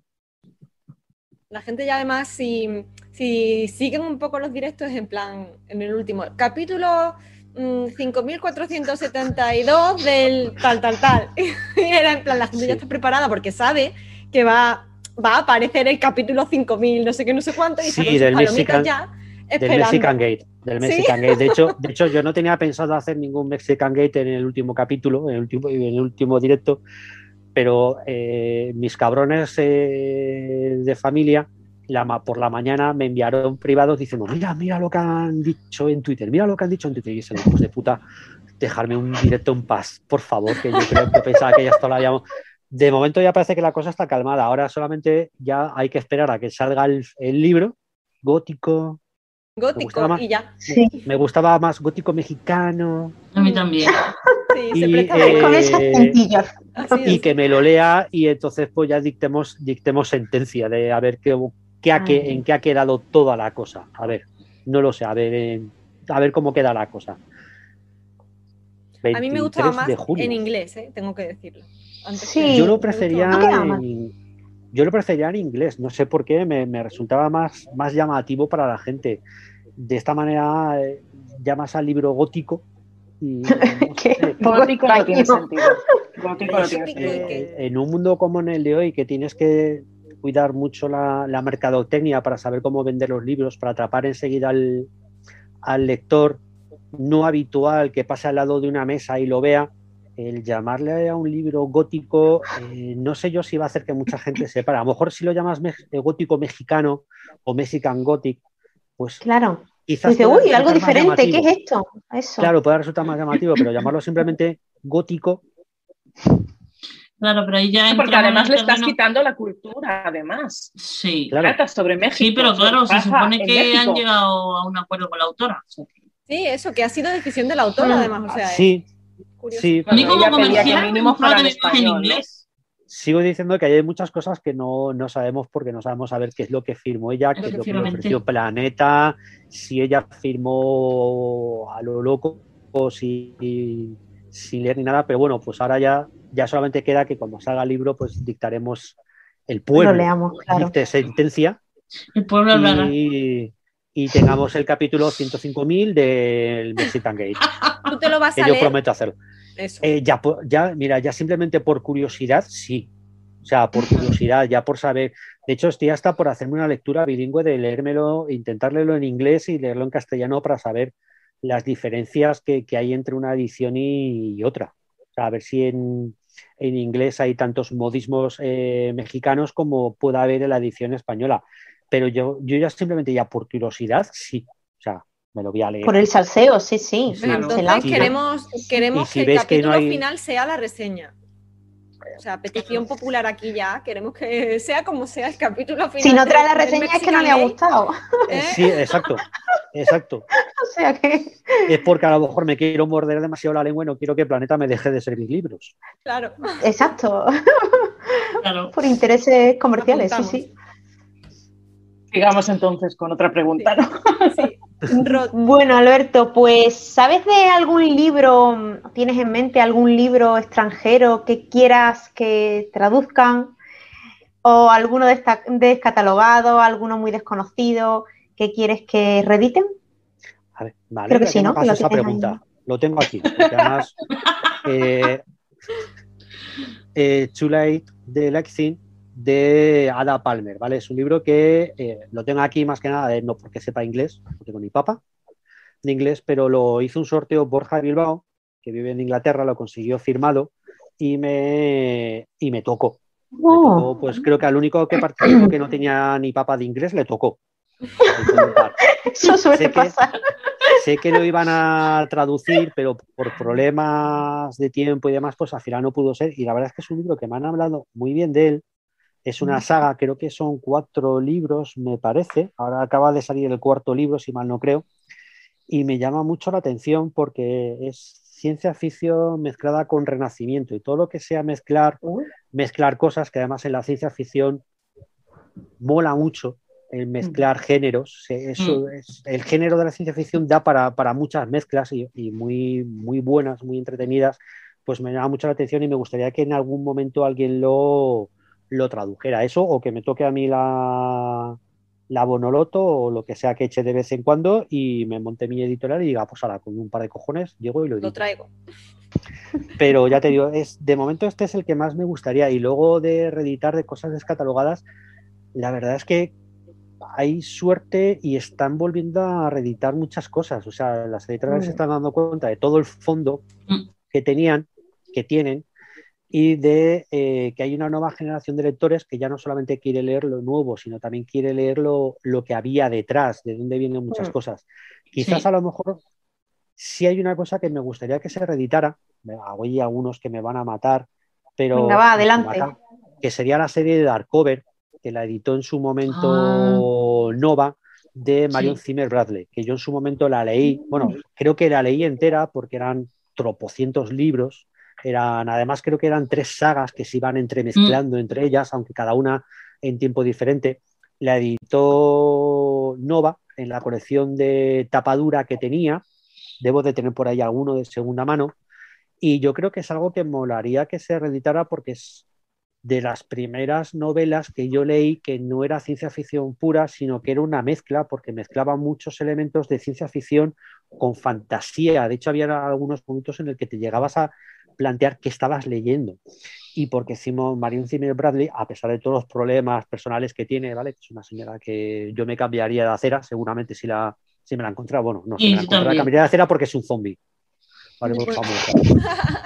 La gente ya además, si, si siguen un poco los directos, en plan, en el último capítulo mmm, cinco mil cuatrocientos setenta y dos del tal, tal, tal. Y era en plan, la gente sí. ya está preparada porque sabe que va, va a aparecer el capítulo cinco mil, no sé qué, no sé cuánto, y sí, está con del sus Mexican, ya esperando. Del Mexican Gate. Del Mexican ¿Sí? Gate. De hecho, de hecho, yo no tenía pensado hacer ningún Mexican Gate en el último capítulo, en el último, en el último directo, pero eh, mis cabrones eh, de familia la, por la mañana me enviaron privados diciendo mira, mira lo que han dicho en Twitter, mira lo que han dicho en Twitter, y ese hijos de puta, dejarme un directo en paz, por favor, que yo creo que pensaba que ya esto lo habíamos... De momento ya parece que la cosa está calmada, ahora solamente ya hay que esperar a que salga el, el libro gótico. Gótico más, y ya. Sí. Me gustaba más gótico mexicano. A mí también. Sí, y, se presta eh, con esas puntillas. Y que me lo lea y entonces pues ya dictemos, dictemos sentencia de a ver qué, qué ha, qué, en qué ha quedado toda la cosa. A ver, no lo sé, a ver, en, a ver cómo queda la cosa. A mí me gustaba más en inglés, ¿eh? Tengo que decirlo. Antes sí, yo lo prefería en, yo lo prefería en inglés, no sé por qué, me, me resultaba más, más llamativo para la gente. De esta manera eh, llamas al libro gótico y no sé, gótico no tiene sentido. Gótico no tiene sentido. Eh, en un mundo como en el de hoy, que tienes que cuidar mucho la, la mercadotecnia para saber cómo vender los libros, para atrapar enseguida al, al lector no habitual que pasa al lado de una mesa y lo vea, el llamarle a un libro gótico, eh, no sé yo si va a hacer que mucha gente sepa. A lo mejor si lo llamas me gótico mexicano o Mexican Gothic, pues claro. Quizás dice, uy, algo diferente, ¿qué es esto? Eso. Claro, puede resultar más llamativo, pero llamarlo simplemente gótico. Claro, pero ahí ya. Sí, porque además le estás terreno... quitando la cultura, además. Sí. Claro. Tratas sobre México. Sí, pero claro, se supone que México. Han llegado a un acuerdo con la autora. O sea, que... Sí, eso, que ha sido decisión de la autora, mm. además. O sea, sí. Curioso. Sí. A mí como comercial, mínimo fuera en español, en inglés. Sigo diciendo que hay muchas cosas que no, no sabemos porque no sabemos saber qué es lo que firmó ella, qué es lo que le ofreció Planeta, si ella firmó a lo loco o si, sin leer ni nada, pero bueno, pues ahora ya, ya solamente queda que cuando salga el libro pues dictaremos el pueblo, lo leamos, claro. dicte sentencia el pueblo hablará. Y, y tengamos el capítulo ciento cinco mil del Mexican Gate. ¿Tú te lo vas que a yo leer? prometo hacerlo. Eh, ya, ya, mira, ya simplemente por curiosidad, sí. O sea, por curiosidad, ya por saber. De hecho, estoy hasta por hacerme una lectura bilingüe de leérmelo, intentar leerlo en inglés y leerlo en castellano para saber las diferencias que, que hay entre una edición y, y otra. O sea, a ver si en, en inglés hay tantos modismos eh, mexicanos como pueda haber en la edición española. Pero yo, yo ya simplemente, ya por curiosidad, sí. O sea, me lo voy a leer. Por el salseo, sí, sí. sí. Pero entonces queremos, queremos si que el capítulo que no hay... final sea la reseña. O sea, petición popular aquí ya. Queremos que sea como sea el capítulo final. Si no trae la reseña es que no le ha gustado. ¿Eh? Sí, exacto. Exacto. O sea que... Es porque a lo mejor me quiero morder demasiado la lengua y no quiero que Planeta me deje de servir libros. Claro. Exacto. Claro. Por intereses comerciales, Apuntamos. Sí, sí. Sigamos entonces con otra pregunta, sí. ¿no? Sí. Bueno, Alberto, pues ¿sabes de algún libro, tienes en mente algún libro extranjero que quieras que traduzcan? ¿O alguno desta- descatalogado, alguno muy desconocido que quieres que reediten? A ver, vale, Creo que ya sí, que me ¿no? Que hagas lo esa tienes pregunta, ahí. lo tengo aquí, porque además eh, eh, Too Late de Lexing de Ada Palmer, ¿vale? Es un libro que eh, lo tengo aquí más que nada, eh, no porque sepa inglés, no tengo ni papa de inglés, pero lo hizo un sorteo Borja Bilbao, que vive en Inglaterra, lo consiguió firmado y me, y me tocó. Oh. Me tocó, pues creo que al único que participó que no tenía ni papa de inglés le tocó. Eso suele sé que, pasar. sé que lo iban a traducir, pero por problemas de tiempo y demás, pues al final no pudo ser. Y la verdad es que es un libro que me han hablado muy bien de él. Es una saga, creo que son cuatro libros, me parece. Ahora acaba de salir el cuarto libro, si mal no creo. Y me llama mucho la atención porque es ciencia ficción mezclada con renacimiento. Y todo lo que sea mezclar, mezclar cosas, que además en la ciencia ficción mola mucho el mezclar géneros. Eso es, el género de la ciencia ficción da para, para muchas mezclas y, y muy, muy buenas, muy entretenidas. Pues me llama mucho la atención y me gustaría que en algún momento alguien lo, lo tradujera. Eso, o que me toque a mí la, la Bonoloto o lo que sea que eche de vez en cuando y me monte mi editorial y diga, pues ahora con un par de cojones llego y lo edito. Lo traigo. Pero ya te digo, es, de momento este es el que más me gustaría. Y luego de reeditar de cosas descatalogadas, la verdad es que hay suerte y están volviendo a reeditar muchas cosas. O sea, las editoriales se están dando cuenta de todo el fondo que tenían, que tienen, y de eh, que hay una nueva generación de lectores que ya no solamente quiere leer lo nuevo, sino también quiere leer lo, lo que había detrás, de dónde vienen muchas cosas. Quizás Sí. a lo mejor sí hay una cosa que me gustaría que se reeditara, hay algunos que me van a matar, pero Venga, va, adelante. que sería la serie de Darkover, que la editó en su momento ah. Nova, de Marion sí. Zimmer Bradley, que yo en su momento la leí, bueno, creo que la leí entera porque eran tropocientos libros, eran, además creo que eran tres sagas que se iban entremezclando mm. entre ellas, aunque cada una en tiempo diferente. La editó Nova en la colección de tapadura que tenía, debo de tener por ahí alguno de segunda mano, y yo creo que es algo que molaría que se reeditara porque es de las primeras novelas que yo leí que no era ciencia ficción pura, sino que era una mezcla, porque mezclaba muchos elementos de ciencia ficción con fantasía. De hecho, había algunos puntos en el que te llegabas a plantear qué estabas leyendo. Y porque Simon, Marion Zimmer Bradley, a pesar de todos los problemas personales que tiene, ¿vale? Que es una señora que yo me cambiaría de acera, seguramente si, la, si me la encontrara. Bueno, no, si sí, me la encontrara, cambiaría de acera porque es un zombie. Vale, por favor.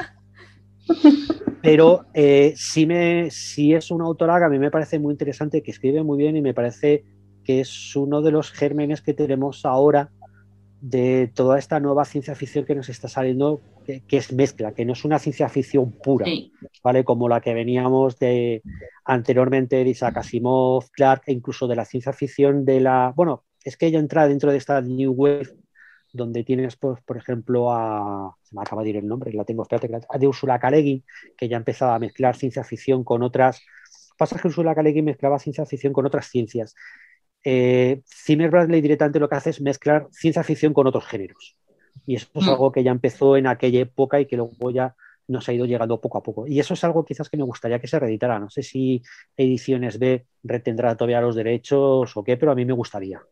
Pero eh, sí, me, sí es una autora que a mí me parece muy interesante, que escribe muy bien y me parece que es uno de los gérmenes que tenemos ahora de toda esta nueva ciencia ficción que nos está saliendo, que, que es mezcla, que no es una ciencia ficción pura, sí. ¿Vale? Como la que veníamos de anteriormente de Isaac Asimov, Clarke, e incluso de la ciencia ficción de la... Bueno, es que ella entra dentro de esta New Wave, donde tienes, pues, por ejemplo, a... Se me acaba de ir el nombre, la tengo, espérate, a de Ursula K. Le Guin, que ya empezaba a mezclar ciencia ficción con otras... Pasa que Ursula K. Le Guin mezclaba ciencia ficción con otras ciencias. Eh, Zimmer Bradley directamente lo que hace es mezclar ciencia ficción con otros géneros. Y eso es mm. algo que ya empezó en aquella época y que luego ya nos ha ido llegando poco a poco. Y eso es algo quizás que me gustaría que se reeditara. No sé si Ediciones B retendrá todavía los derechos o qué, pero a mí me gustaría.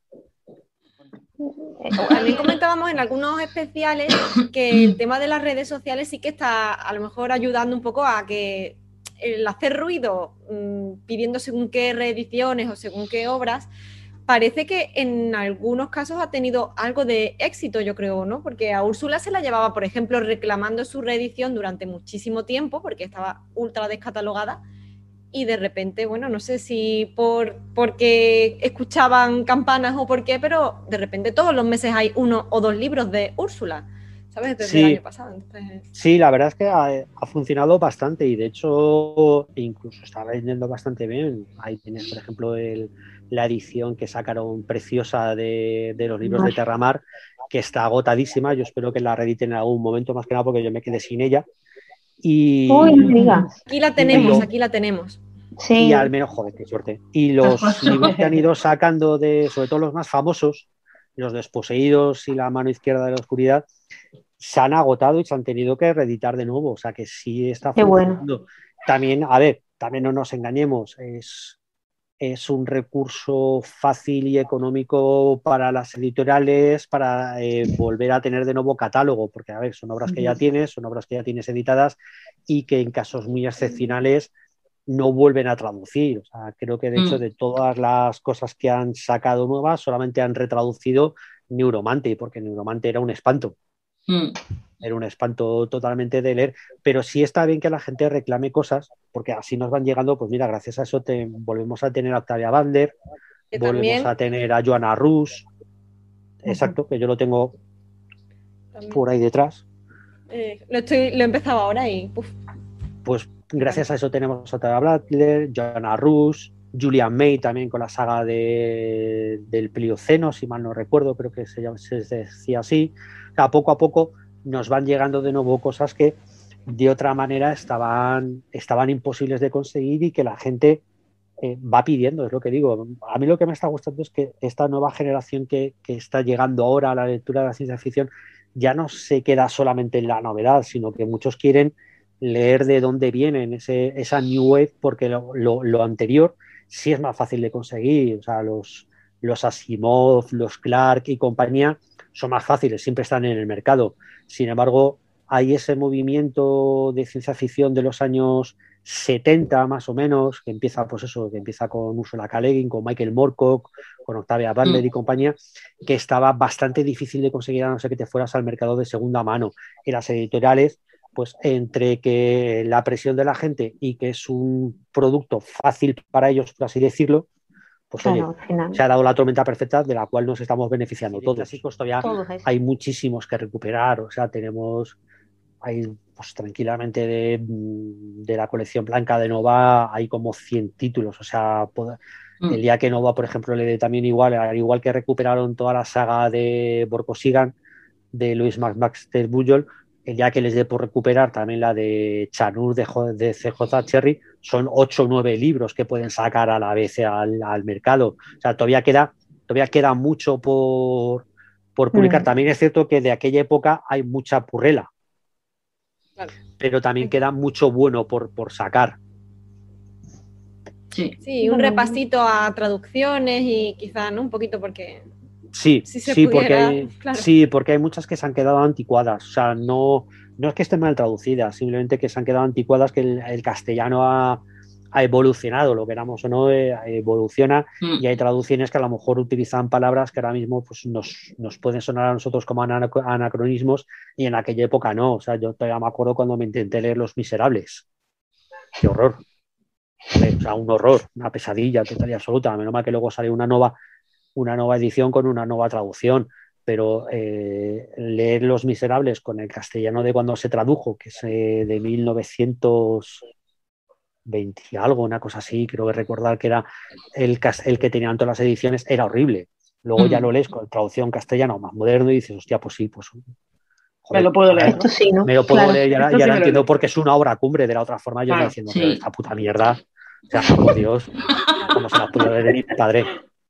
También comentábamos en algunos especiales que el tema de las redes sociales sí que está a lo mejor ayudando un poco a que el hacer ruido mmm, pidiendo según qué reediciones o según qué obras, parece que en algunos casos ha tenido algo de éxito, yo creo, ¿no? Porque a Úrsula se la llevaba, por ejemplo, reclamando su reedición durante muchísimo tiempo porque estaba ultra descatalogada. Y de repente, bueno, no sé si por porque escuchaban campanas o por qué, pero de repente todos los meses hay uno o dos libros de Úrsula, ¿sabes? Desde sí, el año pasado. Entonces... Sí, la verdad es que ha, ha funcionado bastante y de hecho incluso está vendiendo bastante bien. Ahí tienes, por ejemplo, el, la edición que sacaron preciosa de, de los libros de Terramar, que está agotadísima. Yo espero que la reediten en algún momento, más que nada porque yo me quedé sin ella. Y Uy, no digas. Aquí la tenemos, lo, aquí la tenemos. Sí. Y al menos, joder, qué suerte. Y los libros que han ido sacando, de, sobre todo los más famosos, Los Desposeídos y La mano izquierda de la oscuridad se han agotado y se han tenido que reeditar de nuevo, o sea que sí está funcionando. Bueno. También, a ver, también no nos engañemos, es, es un recurso fácil y económico para las editoriales para eh, volver a tener de nuevo catálogo, porque a ver, son obras que ya tienes, son obras que ya tienes editadas y que en casos muy excepcionales no vuelven a traducir. O sea, creo que de hecho de todas las cosas que han sacado nuevas solamente han retraducido Neuromante, porque Neuromante era un espanto. Mm. Era un espanto totalmente de leer, pero sí está bien que la gente reclame cosas, porque así nos van llegando, pues mira, gracias a eso te, volvemos a tener a Octavia Butler, volvemos también... a tener a Joanna Russ, uh-huh. Exacto, que yo lo tengo también por ahí detrás. Eh, lo, estoy, lo he empezado ahora y... Uf. Pues gracias a eso tenemos a Octavia Butler, Joanna Russ, Julian May también con la saga de, del Plioceno, si mal no recuerdo, creo que se, llama, se decía así. O sea, poco a poco nos van llegando de nuevo cosas que de otra manera estaban, estaban imposibles de conseguir y que la gente eh, va pidiendo, es lo que digo. A mí lo que me está gustando es que esta nueva generación que, que está llegando ahora a la lectura de la ciencia ficción ya no se queda solamente en la novedad, sino que muchos quieren leer de dónde vienen ese, esa New Wave, porque lo, lo, lo anterior sí es más fácil de conseguir. O sea, los, los Asimov, los Clark y compañía son más fáciles, siempre están en el mercado. Sin embargo, hay ese movimiento de ciencia ficción de los años setenta más o menos, que empieza pues eso, que empieza con Ursula K. Le Guin, con Michael Moorcock, con Octavia Butler mm. y compañía, que estaba bastante difícil de conseguir a no ser que te fueras al mercado de segunda mano. Y las editoriales, pues entre que la presión de la gente y que es un producto fácil para ellos, por así decirlo, pues claro, oye, se ha dado la tormenta perfecta de la cual nos estamos beneficiando sí, todos. Clásicos todavía todos hay muchísimos que recuperar, o sea, tenemos, hay pues tranquilamente de, de la colección blanca de Nova hay como cien títulos, o sea, poder, mm. el día que Nova, por ejemplo, le dé también igual, al igual que recuperaron toda la saga de Borkosigan, de Louis Max Bujold, el día que les dé por recuperar también la de Chanur de, de C J Cherry, son ocho o nueve libros que pueden sacar a la vez al, al mercado. O sea, todavía queda, todavía queda mucho por, por publicar. Mm. También es cierto que de aquella época hay mucha purrela, claro. Pero también queda mucho bueno por, por sacar. Sí. Sí, un repasito a traducciones y quizá, ¿no? Un poquito porque... Sí, si sí, pudiera, porque hay, claro. sí, porque hay muchas que se han quedado anticuadas. O sea, no, no es que estén mal traducidas, simplemente que se han quedado anticuadas, que el, el castellano ha, ha evolucionado, lo queramos o no, eh, evoluciona mm. y hay traducciones que a lo mejor utilizan palabras que ahora mismo pues, nos, nos pueden sonar a nosotros como anacronismos y en aquella época no. O sea, yo todavía me acuerdo cuando me intenté leer Los Miserables. ¡Qué horror! O sea, un horror, una pesadilla total y absoluta. Menos mal que luego salió una nueva... una nueva edición con una nueva traducción, pero eh, leer Los Miserables con el castellano de cuando se tradujo, que es eh, de mil novecientos veinte y algo, una cosa así, creo que recordar que era el, el que tenían todas las ediciones, era horrible. Luego mm. ya lo lees con traducción castellano más moderno y dices, hostia, pues sí, pues joder, me lo puedo leer. Esto sí, ¿no? Me lo puedo claro. leer y ahora, y ahora sí entiendo porque es una obra cumbre. De la otra forma yo claro, diciendo, sí. esta puta mierda, o sea, por Dios, ¿cómo se la puedo leer de mi padre?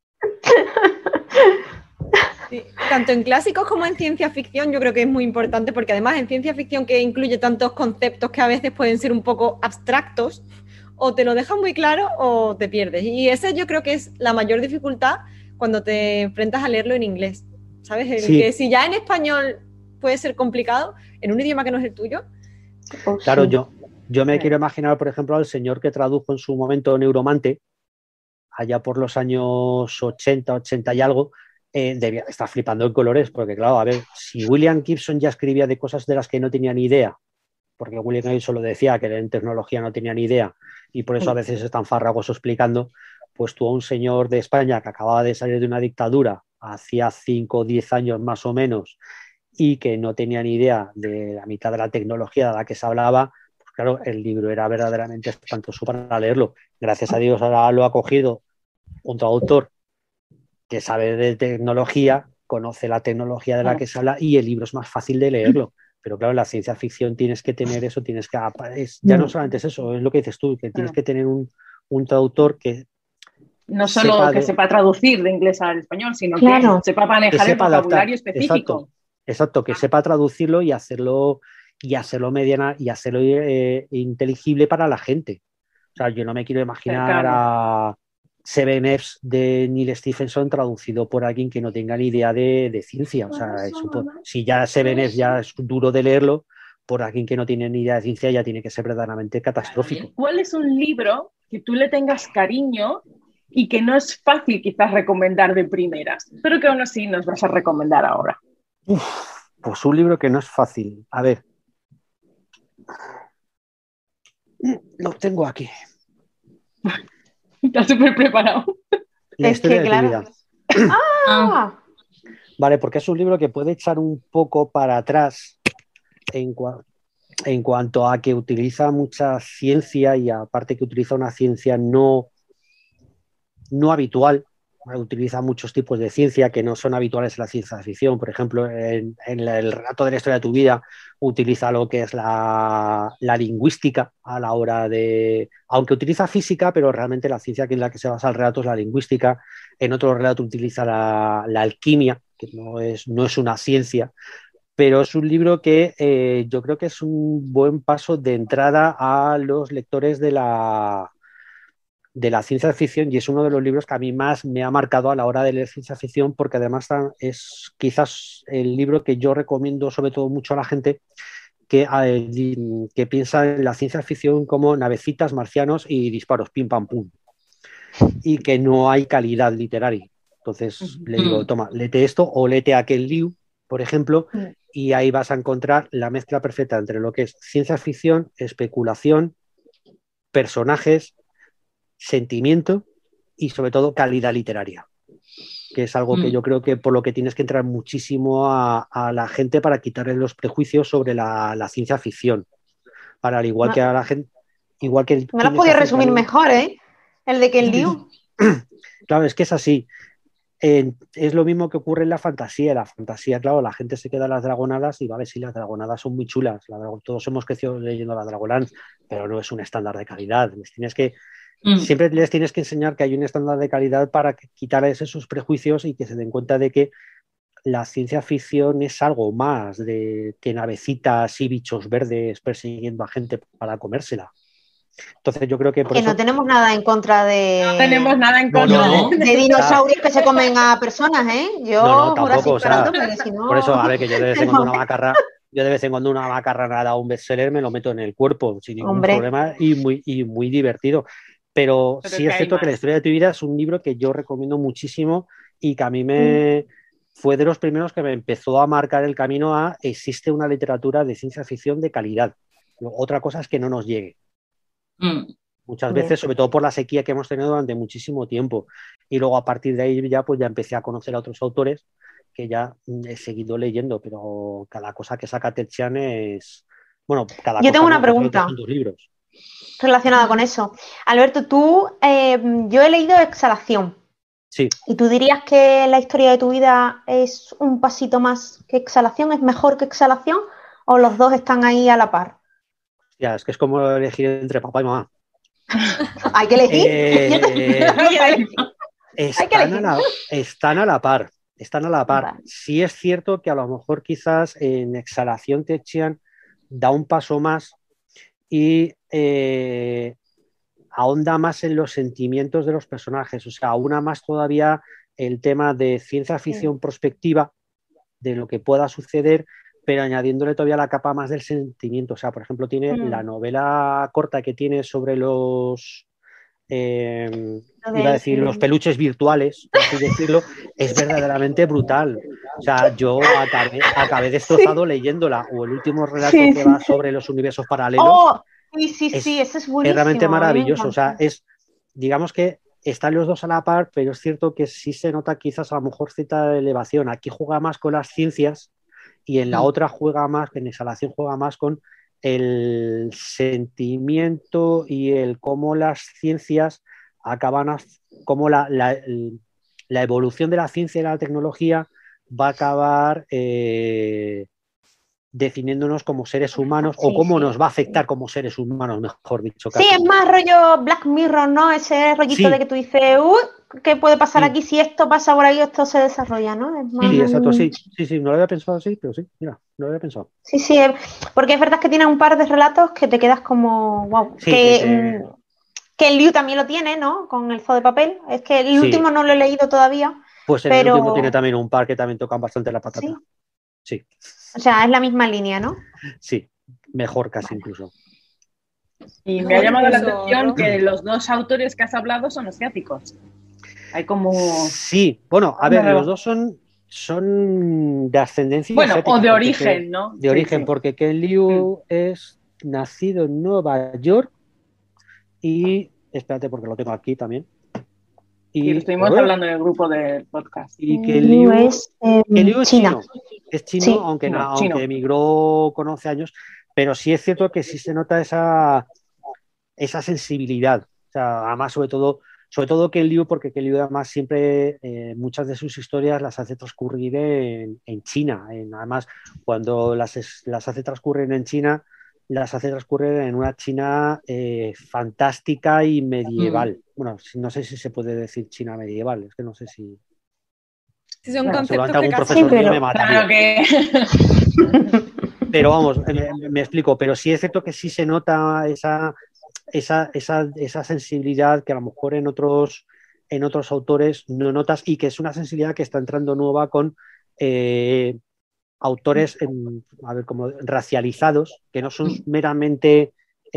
Sí, tanto en clásicos como en ciencia ficción yo creo que es muy importante porque además en ciencia ficción que incluye tantos conceptos que a veces pueden ser un poco abstractos, o te lo dejan muy claro o te pierdes. Y esa yo creo que es la mayor dificultad cuando te enfrentas a leerlo en inglés, ¿sabes? El sí. que si ya en español puede ser complicado, en un idioma que no es el tuyo. Pues claro, sí. yo, yo me sí. quiero imaginar, por ejemplo, al señor que tradujo en su momento Neuromante, allá por los años ochenta, ochenta y algo, eh, debía estar flipando en colores, porque claro, a ver, si William Gibson ya escribía de cosas de las que no tenía ni idea, porque William Gibson lo decía, que en tecnología no tenía ni idea, y por eso a veces es tan farragoso explicando, pues tú a un señor de España que acababa de salir de una dictadura hacía cinco o diez años más o menos, y que no tenía ni idea de la mitad de la tecnología de la que se hablaba, pues claro, el libro era verdaderamente espantoso para leerlo. Gracias a Dios ahora lo ha cogido un traductor que sabe de tecnología, conoce la tecnología de la que se habla y el libro es más fácil de leerlo. Pero claro, en la ciencia ficción tienes que tener eso, tienes que... Es, ya no solamente es eso, es lo que dices tú, que tienes que tener un, un traductor que no solo sepa que de, sepa traducir de inglés al español, sino claro. que sepa manejar sepa el vocabulario adaptar. específico. Exacto, exacto, que sepa traducirlo y hacerlo, y hacerlo mediana y hacerlo eh, inteligible para la gente. O sea, yo no me quiero imaginar a Seven F's de Neil Stephenson traducido por alguien que no tenga ni idea de, de ciencia. O sea, eso, si ya Seven F's ya es duro de leerlo, por alguien que no tiene ni idea de ciencia ya tiene que ser verdaderamente catastrófico. ¿Cuál es un libro que tú le tengas cariño y que no es fácil quizás recomendar de primeras, pero que aún así nos vas a recomendar ahora? Uf, pues un libro que no es fácil. A ver. Lo tengo aquí. Está súper preparado. La es historia que, de claro. tu vida. ¡Ah! Vale, porque es un libro que puede echar un poco para atrás en, cua en cuanto a que utiliza mucha ciencia y aparte que utiliza una ciencia no, no habitual. Utiliza muchos tipos de ciencia que no son habituales en la ciencia ficción. Por ejemplo, en, en el relato de la historia de tu vida utiliza lo que es la, la lingüística a la hora de... Aunque utiliza física, pero realmente la ciencia en la que se basa el relato es la lingüística. En otro relato utiliza la, la alquimia, que no es, no es una ciencia, pero es un libro que eh, yo creo que es un buen paso de entrada a los lectores de la... de la ciencia ficción y es uno de los libros que a mí más me ha marcado a la hora de leer ciencia ficción porque además es quizás el libro que yo recomiendo sobre todo mucho a la gente que, eh, que piensa en la ciencia ficción como navecitas, marcianos y disparos, pim pam pum, y que no hay calidad literaria. Entonces uh-huh. le digo, toma, léete esto o léete aquel Liu, por ejemplo, uh-huh. y ahí vas a encontrar la mezcla perfecta entre lo que es ciencia ficción, especulación, personajes, sentimiento y sobre todo calidad literaria, que es algo mm. que yo creo que por lo que tienes que entrar muchísimo a, a la gente para quitarle los prejuicios sobre la, la ciencia ficción, para al igual no. que a la gente igual que me lo podía resumir también... mejor, ¿eh? El de que el Liu. Claro, es que es así. Eh, es lo mismo que ocurre en la fantasía. La fantasía, claro, la gente se queda en las dragonadas y vale, sí, las dragonadas son muy chulas. La, todos hemos crecido leyendo las dragonadas, pero no es un estándar de calidad. Les tienes que Mm. Siempre les tienes que enseñar que hay un estándar de calidad para quitarles esos prejuicios y que se den cuenta de que la ciencia ficción es algo más de que navecitas y bichos verdes persiguiendo a gente para comérsela. Entonces yo creo que por que eso... no tenemos nada en contra de... No tenemos nada en contra no, no, de, de dinosaurios que se comen a personas, ¿eh? Yo no, no, tampoco, o sea, tope, si no... por eso, a ver, que yo de vez en cuando una macarra... Yo de vez en cuando una macarra nada un bestseller me lo meto en el cuerpo sin ningún Hombre. problema y muy, y muy divertido. Pero, Pero sí es cierto que La historia de tu vida es un libro que yo recomiendo muchísimo y que a mí me mm. fue de los primeros que me empezó a marcar el camino a existe una literatura de ciencia ficción de calidad. Otra cosa es que no nos llegue. Mm. Muchas veces, Bien. sobre todo por la sequía que hemos tenido durante muchísimo tiempo. Y luego a partir de ahí ya, pues, ya empecé a conocer a otros autores que ya he seguido leyendo, pero cada cosa que saca Ted Chiang es... Bueno, cada yo cosa tengo una no, pregunta. Son tus libros. Relacionada con eso. Alberto, tú, eh, yo he leído Exhalación. Sí. ¿Y tú dirías que la historia de tu vida es un pasito más que Exhalación? ¿Es mejor que Exhalación? ¿O los dos están ahí a la par? Ya, es que es como elegir entre papá y mamá. Hay que elegir. Eh, están, a la, están a la par. Están a la par. Vale. Sí es cierto que a lo mejor quizás en Exhalación Ted Chiang da un paso más y eh, ahonda más en los sentimientos de los personajes, o sea, aúna más todavía el tema de ciencia ficción sí. prospectiva de lo que pueda suceder, pero añadiéndole todavía la capa más del sentimiento. O sea, por ejemplo, tiene mm. la novela corta que tiene sobre los eh, iba a decir los peluches virtuales, por así decirlo, es verdaderamente brutal. O sea, yo acabé, acabé destrozado sí. leyéndola, o el último relato sí, que va sí. sobre los universos paralelos. Oh, sí, sí, es, sí, eso es buenísimo. Es realmente maravilloso. O sea, es, digamos que están los dos a la par, pero es cierto que sí se nota quizás a lo mejor cierta elevación. Aquí juega más con las ciencias y en la mm. otra juega más, en Exhalación juega más con el sentimiento y el cómo las ciencias acaban, a, cómo la, la, la evolución de la ciencia y la tecnología va a acabar eh, definiéndonos como seres humanos sí, o cómo sí, nos va a afectar sí. como seres humanos, mejor dicho. Sí, es más rollo Black Mirror, ¿no? Ese rollito sí. de que tú dices, uy, qué puede pasar Sí. aquí si esto pasa por ahí o esto se desarrolla, ¿no? Es más, Sí, exacto, sí, sí, sí, no lo había pensado así, pero sí, mira, no lo había pensado. Sí, sí, es- porque es verdad que tiene un par de relatos que te quedas como, wow, Sí, que, que te- mm, que el Liu también lo tiene, ¿no? Con el Zoo de Papel. Es que el Sí. último no lo he leído todavía, Pues en el último tiene pero también un par que también tocan bastante la patata. sí, Sí, o sea, es la misma línea, ¿no? sí, mejor casi incluso. Y me ha llamado la Eso, atención Ro. que los dos autores que has hablado son asiáticos. Hay como... Sí, bueno, a Ah, ver, me los va. dos son, son de ascendencia Bueno, asiática. o de porque origen, Ken- ¿no? De Sí, origen, sí. porque Ken Liu es nacido en Nueva York y, espérate porque lo tengo aquí también, Y lo y, estuvimos hablando en el grupo del podcast. y Ken Liu Liu, es eh, Ken Liu es China. chino, es chino, Sí. aunque, na- No, aunque chino. emigró con once años, pero sí es cierto que sí se nota esa, esa sensibilidad. O sea, además, sobre todo, sobre todo Ken Liu, porque Ken Liu además siempre eh, muchas de sus historias las hace transcurrir en, en China. En, además, cuando las, es- las hace transcurrir en China, las hace transcurrir en una China eh, fantástica y medieval. Bueno, si- no sé si se puede decir China medieval, es que no sé si... Sí, son Claro, conceptos Seguramente que algún casi... profesor Sí, mío pero- me mataría. Claro que... Pero vamos, me, me explico, pero sí es cierto que sí se nota esa, esa, esa, esa sensibilidad que a lo mejor en otros, en otros autores no notas y que es una sensibilidad que está entrando nueva con eh, autores en, a ver, como racializados, que no son meramente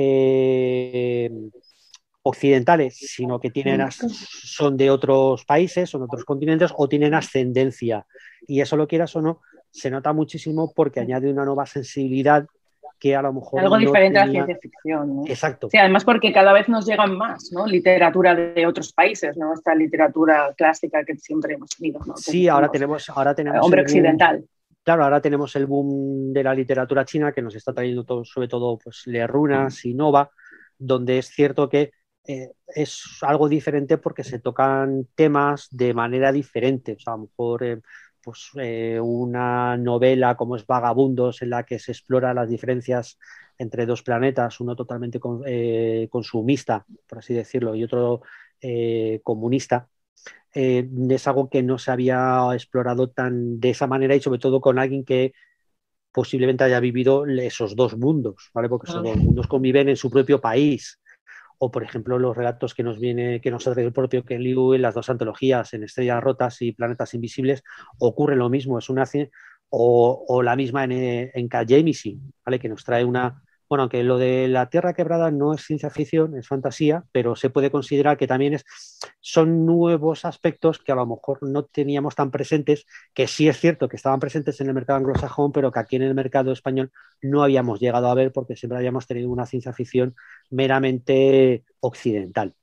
eh, occidentales, sino que tienen as- son de otros países, son de otros continentes o tienen ascendencia. Y eso lo quieras o no, se nota muchísimo porque añade una nueva sensibilidad que a lo mejor Algo no diferente a la tenía. ciencia ficción, ¿no? Exacto. Sí, además porque cada vez nos llegan más, ¿no? Literatura de otros países, ¿no? Esta literatura clásica que siempre hemos tenido, ¿no? Que Sí, ahora somos, tenemos, ahora tenemos hombre el boom, occidental. claro, ahora tenemos el boom de la literatura china que nos está trayendo todo, sobre todo pues Lerrunas y Nova, donde es cierto que eh, es algo diferente porque se tocan temas de manera diferente. O sea, a lo mejor eh, pues, eh, una novela como es Vagabundos, en la que se explora las diferencias entre dos planetas, uno totalmente con, eh, consumista, por así decirlo, y otro eh, comunista. Eh, es algo que no se había explorado tan de esa manera y sobre todo con alguien que posiblemente haya vivido esos dos mundos, ¿vale? Porque esos dos mundos conviven en su propio país. O, por ejemplo, los relatos que nos viene, que nos trae el propio Ken Liu en las dos antologías, en Estrellas Rotas y Planetas Invisibles, ocurre lo mismo, es una o, o la misma en, en K. Jemisin, ¿vale? Que nos trae una, bueno, aunque lo de la Tierra Quebrada no es ciencia ficción, es fantasía, pero se puede considerar que también es, son nuevos aspectos que a lo mejor no teníamos tan presentes, que sí es cierto que estaban presentes en el mercado anglosajón, pero que aquí en el mercado español no habíamos llegado a ver porque siempre habíamos tenido una ciencia ficción meramente occidental.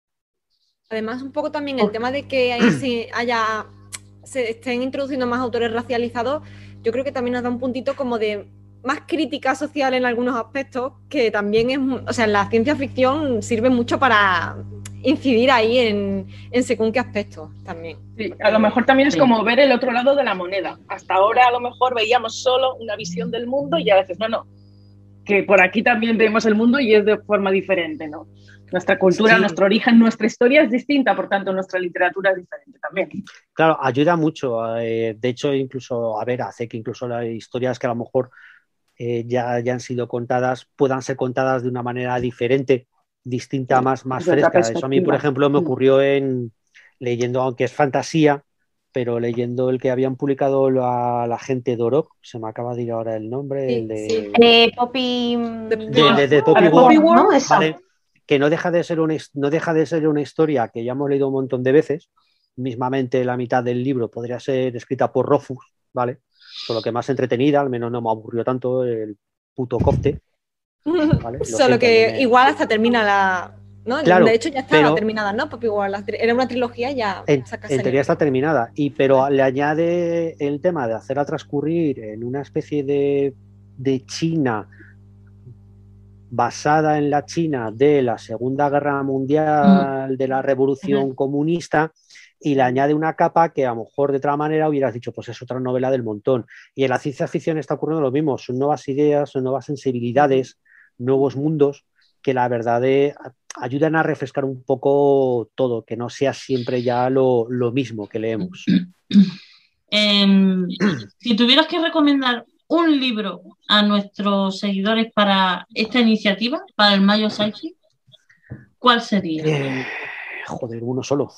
Además, un poco también el tema de que ahí se haya se estén introduciendo más autores racializados, yo creo que también nos da un puntito como de más crítica social en algunos aspectos, que también es, o sea, en la ciencia ficción sirve mucho para incidir ahí en, en según qué aspectos también. Sí, a lo mejor también es Sí. como ver el otro lado de la moneda. Hasta ahora a lo mejor veíamos solo una visión del mundo y a veces no, no. Que por aquí también vemos el mundo y es de forma diferente, ¿no? Nuestra cultura, Sí. nuestro origen, nuestra historia es distinta, por tanto nuestra literatura es diferente también. Claro, ayuda mucho. Eh, de hecho, incluso, a ver, hace que incluso las historias que a lo mejor eh, ya, ya han sido contadas puedan ser contadas de una manera diferente, distinta, más, más Desde otra fresca. Eso a mí, por perspectiva. ejemplo, me Mm. ocurrió en leyendo, aunque es fantasía, pero leyendo el que habían publicado la, la gente de Orok, se me acaba de ir ahora el nombre, Sí, el de, sí. Eh, Poppy. mm, De- de, de- de A Poppy ver, War, Poppy War, ¿no? Esa. ¿vale? Que no deja de ser una, his- no deja de ser una historia que ya hemos leído un montón de veces. Mismamente la mitad del libro podría ser escrita por Rofus, ¿vale? Solo que más entretenida, al menos no me aburrió tanto el puto cofte, ¿vale? Lo Solo siento, que no me- igual hasta termina la... ¿no? Claro, de hecho ya estaba pero- terminada, ¿no? Porque igual la tri- era una trilogía ya En, sacas en el- teoría está terminada, y, pero le añade el tema de hacerla transcurrir en una especie de, de China basada en la China de la Segunda Guerra Mundial, de la Revolución Ujú. Comunista, y le añade una capa que a lo mejor de otra manera hubieras dicho, pues es otra novela del montón. Y en la ciencia ficción está ocurriendo lo mismo, son nuevas ideas, son nuevas sensibilidades, nuevos mundos, que la verdad de, ayudan a refrescar un poco todo, que no sea siempre ya lo, lo mismo que leemos. Eh, si tuvieras que recomendar un libro a nuestros seguidores para esta iniciativa, para el Mayo Sci-Fi, ¿cuál sería? Eh, joder, uno solo.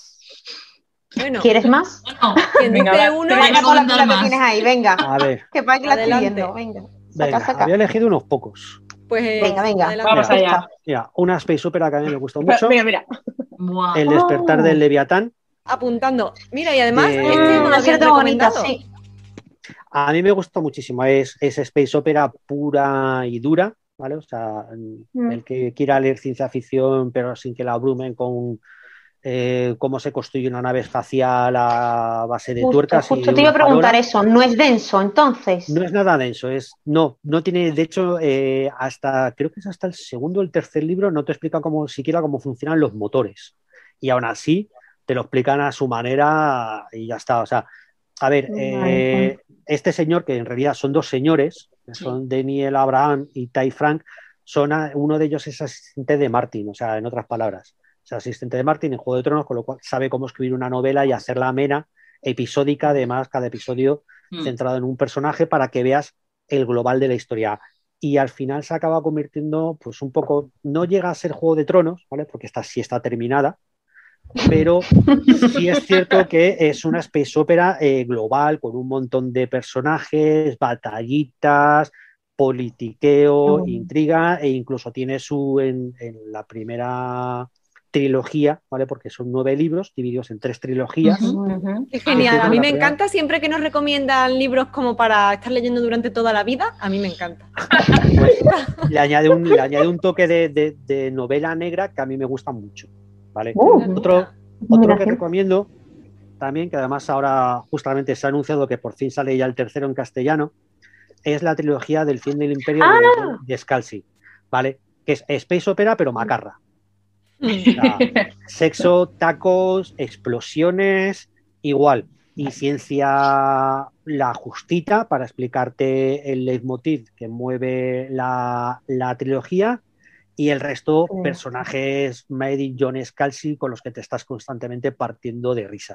Bueno, ¿quieres más? Bueno, venga, Venga, uno, venga con la pila que tienes ahí, venga. A ver. Que para que la estoy Adelante. viendo, venga. Saca, Venga, saca. había elegido unos pocos. pues eh, Venga, venga. adelante. Vamos Mira, allá. Mira, una space opera que a mí me gustó mucho, Mira, mira. buah. El despertar Oh. del Leviatán. Apuntando. Mira, y además, De- este no lo Una habían cierta bonita, recomendado. sí. A mí me gustó muchísimo, es, es space opera pura y dura, ¿vale? O sea, Mm. el que quiera leer ciencia ficción, pero sin que la abrumen con eh, cómo se construye una nave espacial a base de Justo, tuercas. y justo de te iba a una preguntar farola. eso, ¿no es denso entonces? No es nada denso, es no, no tiene, de hecho, eh, hasta creo que es hasta el segundo o el tercer libro, no te explica cómo siquiera cómo funcionan los motores. Y aún así te lo explican a su manera y ya está. O sea, a ver, Vale, eh, este señor, que en realidad son dos señores, que Sí. son Daniel Abraham y Ty Frank, son a- uno de ellos es asistente de Martin, o sea, en otras palabras. O sea, asistente de Martin en Juego de Tronos, con lo cual sabe cómo escribir una novela y hacerla amena, episódica, además, cada episodio Mm. centrado en un personaje para que veas el global de la historia. Y al final se acaba convirtiendo, pues un poco, no llega a ser Juego de Tronos, ¿vale? Porque esta sí está terminada, pero sí es cierto que es una space opera eh, global, con un montón de personajes, batallitas, politiqueo, Mm. intriga, e incluso tiene su, en, en la primera trilogía, ¿vale? Porque son nueve libros divididos en tres trilogías. Ujú. Ujú. Qué genial. Ah, A mí la me primera- encanta siempre que nos recomiendan libros como para estar leyendo durante toda la vida. A mí me encanta. Pues, le, añade un, le añade un toque de, de- de novela negra que a mí me gusta mucho, ¿vale? Uh, Otro, otro mira, que sí. recomiendo también, que además ahora justamente se ha anunciado que por fin sale ya el tercero en castellano, es la trilogía del fin del imperio Ah. de, de Scalzi, ¿vale? Que es space opera pero macarra. O Mm. sea, sexo, tacos, explosiones, igual. Y ciencia la justita para explicarte el leitmotiv que mueve la, la trilogía y el resto Sí. personajes made in John Scalzi con los que te estás constantemente partiendo de risa.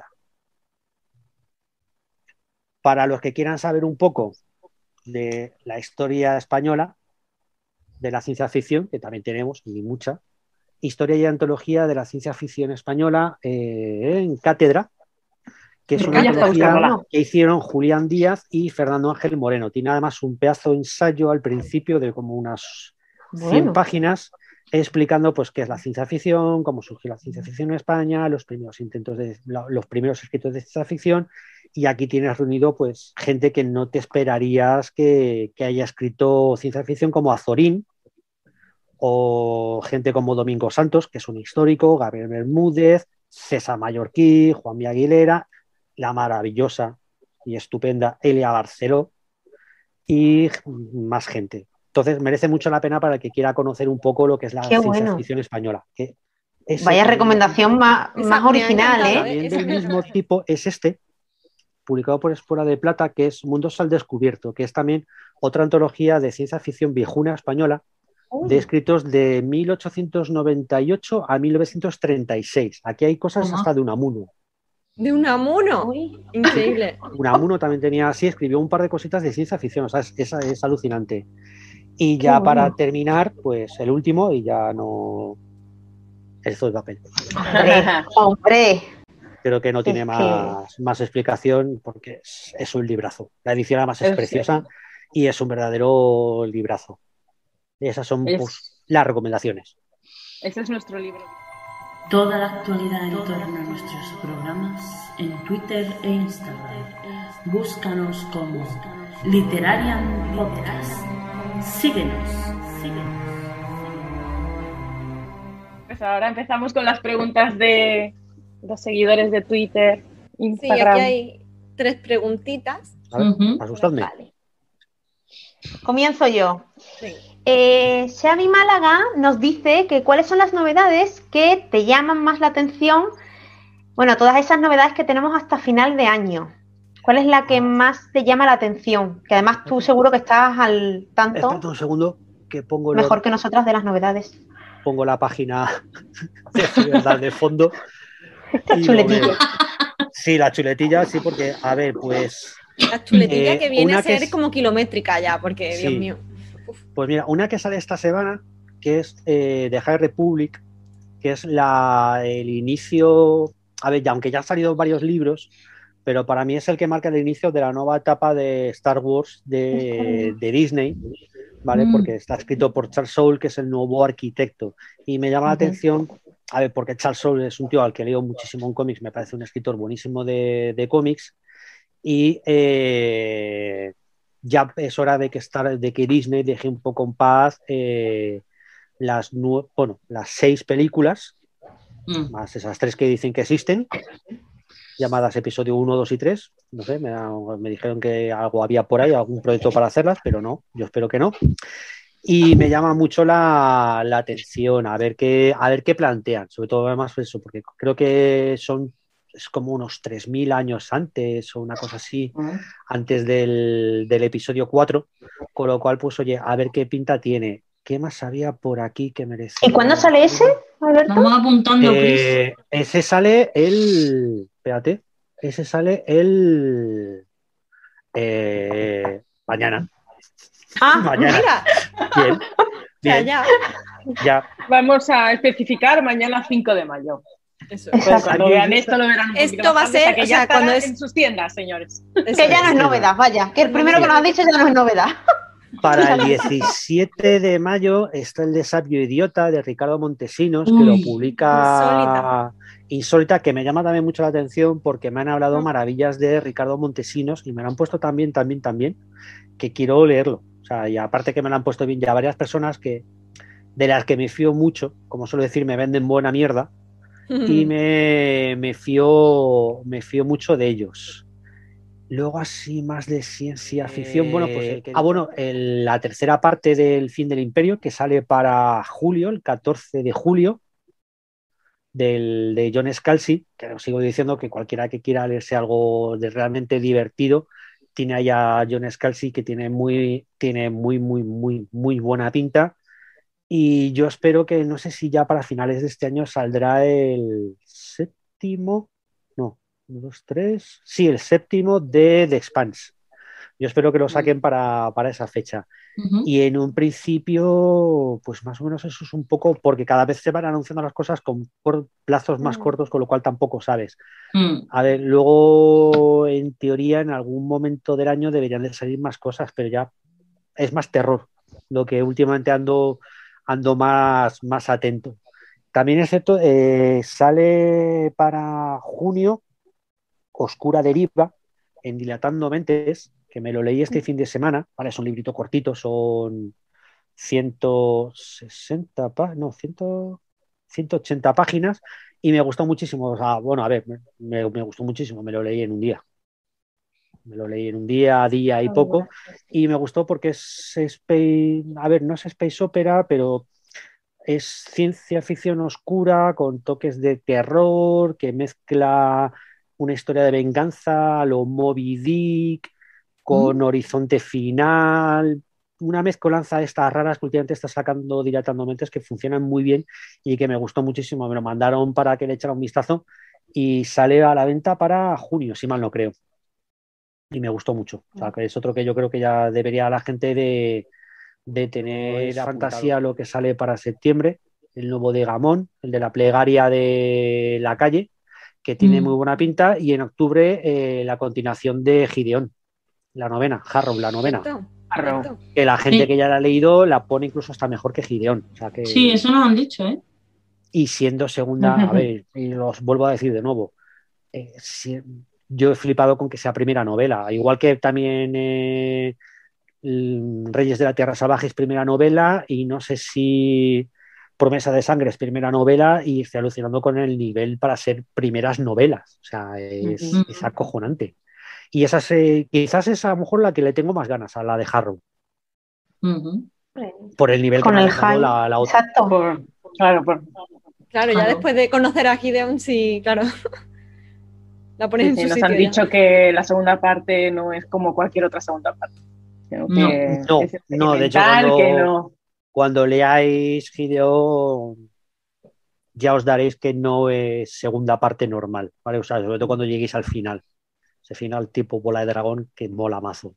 Para los que quieran saber un poco de la historia española, de la ciencia ficción, que también tenemos, y mucha, Historia y Antología de la Ciencia Ficción Española eh, en Cátedra, que es una Ya está antología buscándola. que hicieron Julián Díaz y Fernando Ángel Moreno. Tiene además un pedazo de ensayo al principio de como unas cien Bueno. páginas explicando pues qué es la ciencia ficción, cómo surgió la ciencia ficción en España, los primeros intentos de los primeros escritos de ciencia ficción, y aquí tienes reunido pues gente que no te esperarías que, que haya escrito ciencia ficción, como Azorín, o gente como Domingo Santos, que es un histórico, Gabriel Bermúdez, César Mallorquí, Juan B. Aguilera, la maravillosa y estupenda Elia Barceló y más gente. Entonces merece mucho la pena para el que quiera conocer un poco lo que es la Qué ciencia bueno. ficción española. Que ese Vaya también- recomendación más, Esa más me ha original, encantado, ¿eh? También Esa del me ha mismo tipo es este, publicado por Espora de Plata, que es Mundos al Descubierto, que es también otra antología de ciencia ficción viejuna española, de escritos de mil ochocientos noventa y ocho a mil novecientos treinta y seis. Aquí hay cosas Toma. hasta de Unamuno. De Unamuno. Uy. Increíble. Unamuno también tenía así, escribió un par de cositas de ciencia ficción, o sea, es, es, es alucinante. Y ya Qué para bueno. terminar, pues el último, y ya no... El Zoo de Papel. Hombre, hombre. Creo que no tiene Es que- más, más explicación porque es, es un librazo. La edición además es Es- preciosa y es un verdadero librazo. Y esas son Es- pues, las recomendaciones. Ese es nuestro libro. Toda la actualidad en torno a nuestros programas en Twitter e Instagram. Búscanos como Literarian Podcast. Síguenos, síguenos. Pues ahora empezamos con las preguntas de los seguidores de Twitter, Sí, Instagram. aquí hay tres preguntitas. A ver, Ujú. asustadme. Vale. Comienzo yo. Venga. Eh, Xavi Málaga nos dice que cuáles son las novedades que te llaman más la atención. Bueno, todas esas novedades que tenemos hasta final de año. ¿Cuál es la que más te llama la atención? Que además tú seguro que estás al tanto, Espérate un segundo que pongo el, mejor or- que nosotras, de las novedades. pongo la página de Ciberdad de fondo. La chuletilla. Sí, la chuletilla, sí, porque, a ver, pues... La chuletilla eh, que viene a ser es... como kilométrica ya, porque, sí. Dios mío. Uf. Pues mira, una que sale esta semana, que es eh, The High Republic, que es la, el inicio... A ver, ya, aunque ya han salido varios libros, pero para mí es el que marca el inicio de la nueva etapa de Star Wars de, de Disney, ¿vale? Mm. Porque está escrito por Charles Soule, que es el nuevo arquitecto. Y me llama uh-huh. la atención, a ver, porque Charles Soule es un tío al que leo muchísimo en cómics, me parece un escritor buenísimo de, de cómics, y eh, ya es hora de que, Star, de que Disney deje un poco en paz eh, las, bueno, las seis películas, mm. más esas tres que dicen que existen, llamadas episodio uno, dos y tres. No sé, me, me dijeron que algo había por ahí, algún proyecto para hacerlas, pero no, yo espero que no. Y me llama mucho la, la atención a ver qué, a ver qué plantean, sobre todo además eso, porque creo que son es como unos tres mil años antes o una cosa así, uh-huh. antes del, del episodio cuatro, con lo cual, pues oye, a ver qué pinta tiene. ¿Qué más había por aquí que merecía? ¿Y cuándo sale ese, Alberto? Vamos apuntando, eh, ese sale el... Espérate. Ese sale el... Eh, mañana. Ah, mañana. Mira. Bien. Bien. Ya, ya. ya. Vamos a especificar mañana cinco de mayo. Eso. Pues cuando vean esto lo verán un esto va a ser, que o ya sea, cuando es en sus tiendas, señores. Que ya no es novedad, vaya. Que el primero que nos has dicho ya no es novedad. Para el diecisiete de mayo está el de Sabio Idiota de Ricardo Montesinos, Uy, que lo publica Insólita. Insólita, que me llama también mucho la atención porque me han hablado maravillas de Ricardo Montesinos y me lo han puesto también, también, también, que quiero leerlo. O sea, y aparte que me lo han puesto bien ya varias personas que de las que me fío mucho, como suelo decir, me venden buena mierda y me, me fío me fío mucho de ellos. Luego así más de ciencia ficción, eh, bueno, pues el que... Ah, bueno, el, la tercera parte del Fin del Imperio, que sale para julio, el catorce de julio, del, de John Scalzi, que os sigo diciendo que cualquiera que quiera leerse algo de realmente divertido, tiene ahí a John Scalzi, que tiene muy, tiene muy, muy, muy, muy buena pinta. Y yo espero que, no sé si ya para finales de este año saldrá el séptimo, no, dos, tres, sí, el séptimo de The Expanse. Yo espero que lo saquen para, para esa fecha. Uh-huh. Y en un principio, pues más o menos eso es un poco, porque cada vez se van anunciando las cosas con plazos más uh-huh. cortos, con lo cual tampoco sabes. Uh-huh. A ver, luego, en teoría, en algún momento del año deberían de salir más cosas, pero ya es más terror, lo que últimamente ando, ando más, más atento. También es cierto, eh, sale para junio Oscura Deriva, en Dilatando Mentes, que me lo leí este fin de semana. Vale, es un librito cortito, son ciento sesenta, no, ciento, ciento ochenta páginas y me gustó muchísimo. O sea, bueno, a ver, me, me gustó muchísimo, me lo leí en un día. Me lo leí en un día, día y poco, y me gustó porque es space, a ver, no es space opera, pero es ciencia ficción oscura con toques de terror que mezcla una historia de venganza a lo Moby Dick con mm. horizonte final, una mezcolanza de estas raras que últimamente está sacando Dilatando Mentes que funcionan muy bien y que me gustó muchísimo. Me lo mandaron para que le echara un vistazo y sale a la venta para junio, si mal no creo. Y me gustó mucho. O sea, que es otro que yo creo que ya debería la gente de, de tener pues fantasía lo que sale para septiembre. El nuevo de Gamón, el de la plegaria de la calle, que tiene mm. muy buena pinta. Y en octubre eh, la continuación de Gideón, la novena, Harrow, la novena. Harrow. Que la gente sí. que ya la ha leído la pone incluso hasta mejor que Gideón. O sea que... Sí, eso nos han dicho, ¿eh? Y siendo segunda, uh-huh. a ver, y os vuelvo a decir de nuevo, eh, si, yo he flipado con que sea primera novela, igual que también eh, Reyes de la Tierra Salvaje es primera novela y no sé si Promesa de Sangre es primera novela y estoy alucinando con el nivel para ser primeras novelas, o sea, es, uh-huh. es acojonante. Y esa eh, quizás es a lo mejor la que le tengo más ganas, a la de Harrow. Uh-huh. Por el nivel con que el me ha dado la, la otra. Exacto. Por, claro, por... claro, ya claro. después de conocer a Gideon, sí, claro. La pones sí, en sí, su nos sitio han dicho ya. que la segunda parte no es como cualquier otra segunda parte. Sino que no, es no, de hecho cuando, que no... cuando leáis Hideo ya os daréis que no es segunda parte normal, ¿vale? O sea, sobre todo cuando lleguéis al final. Ese final tipo bola de dragón que mola mazo.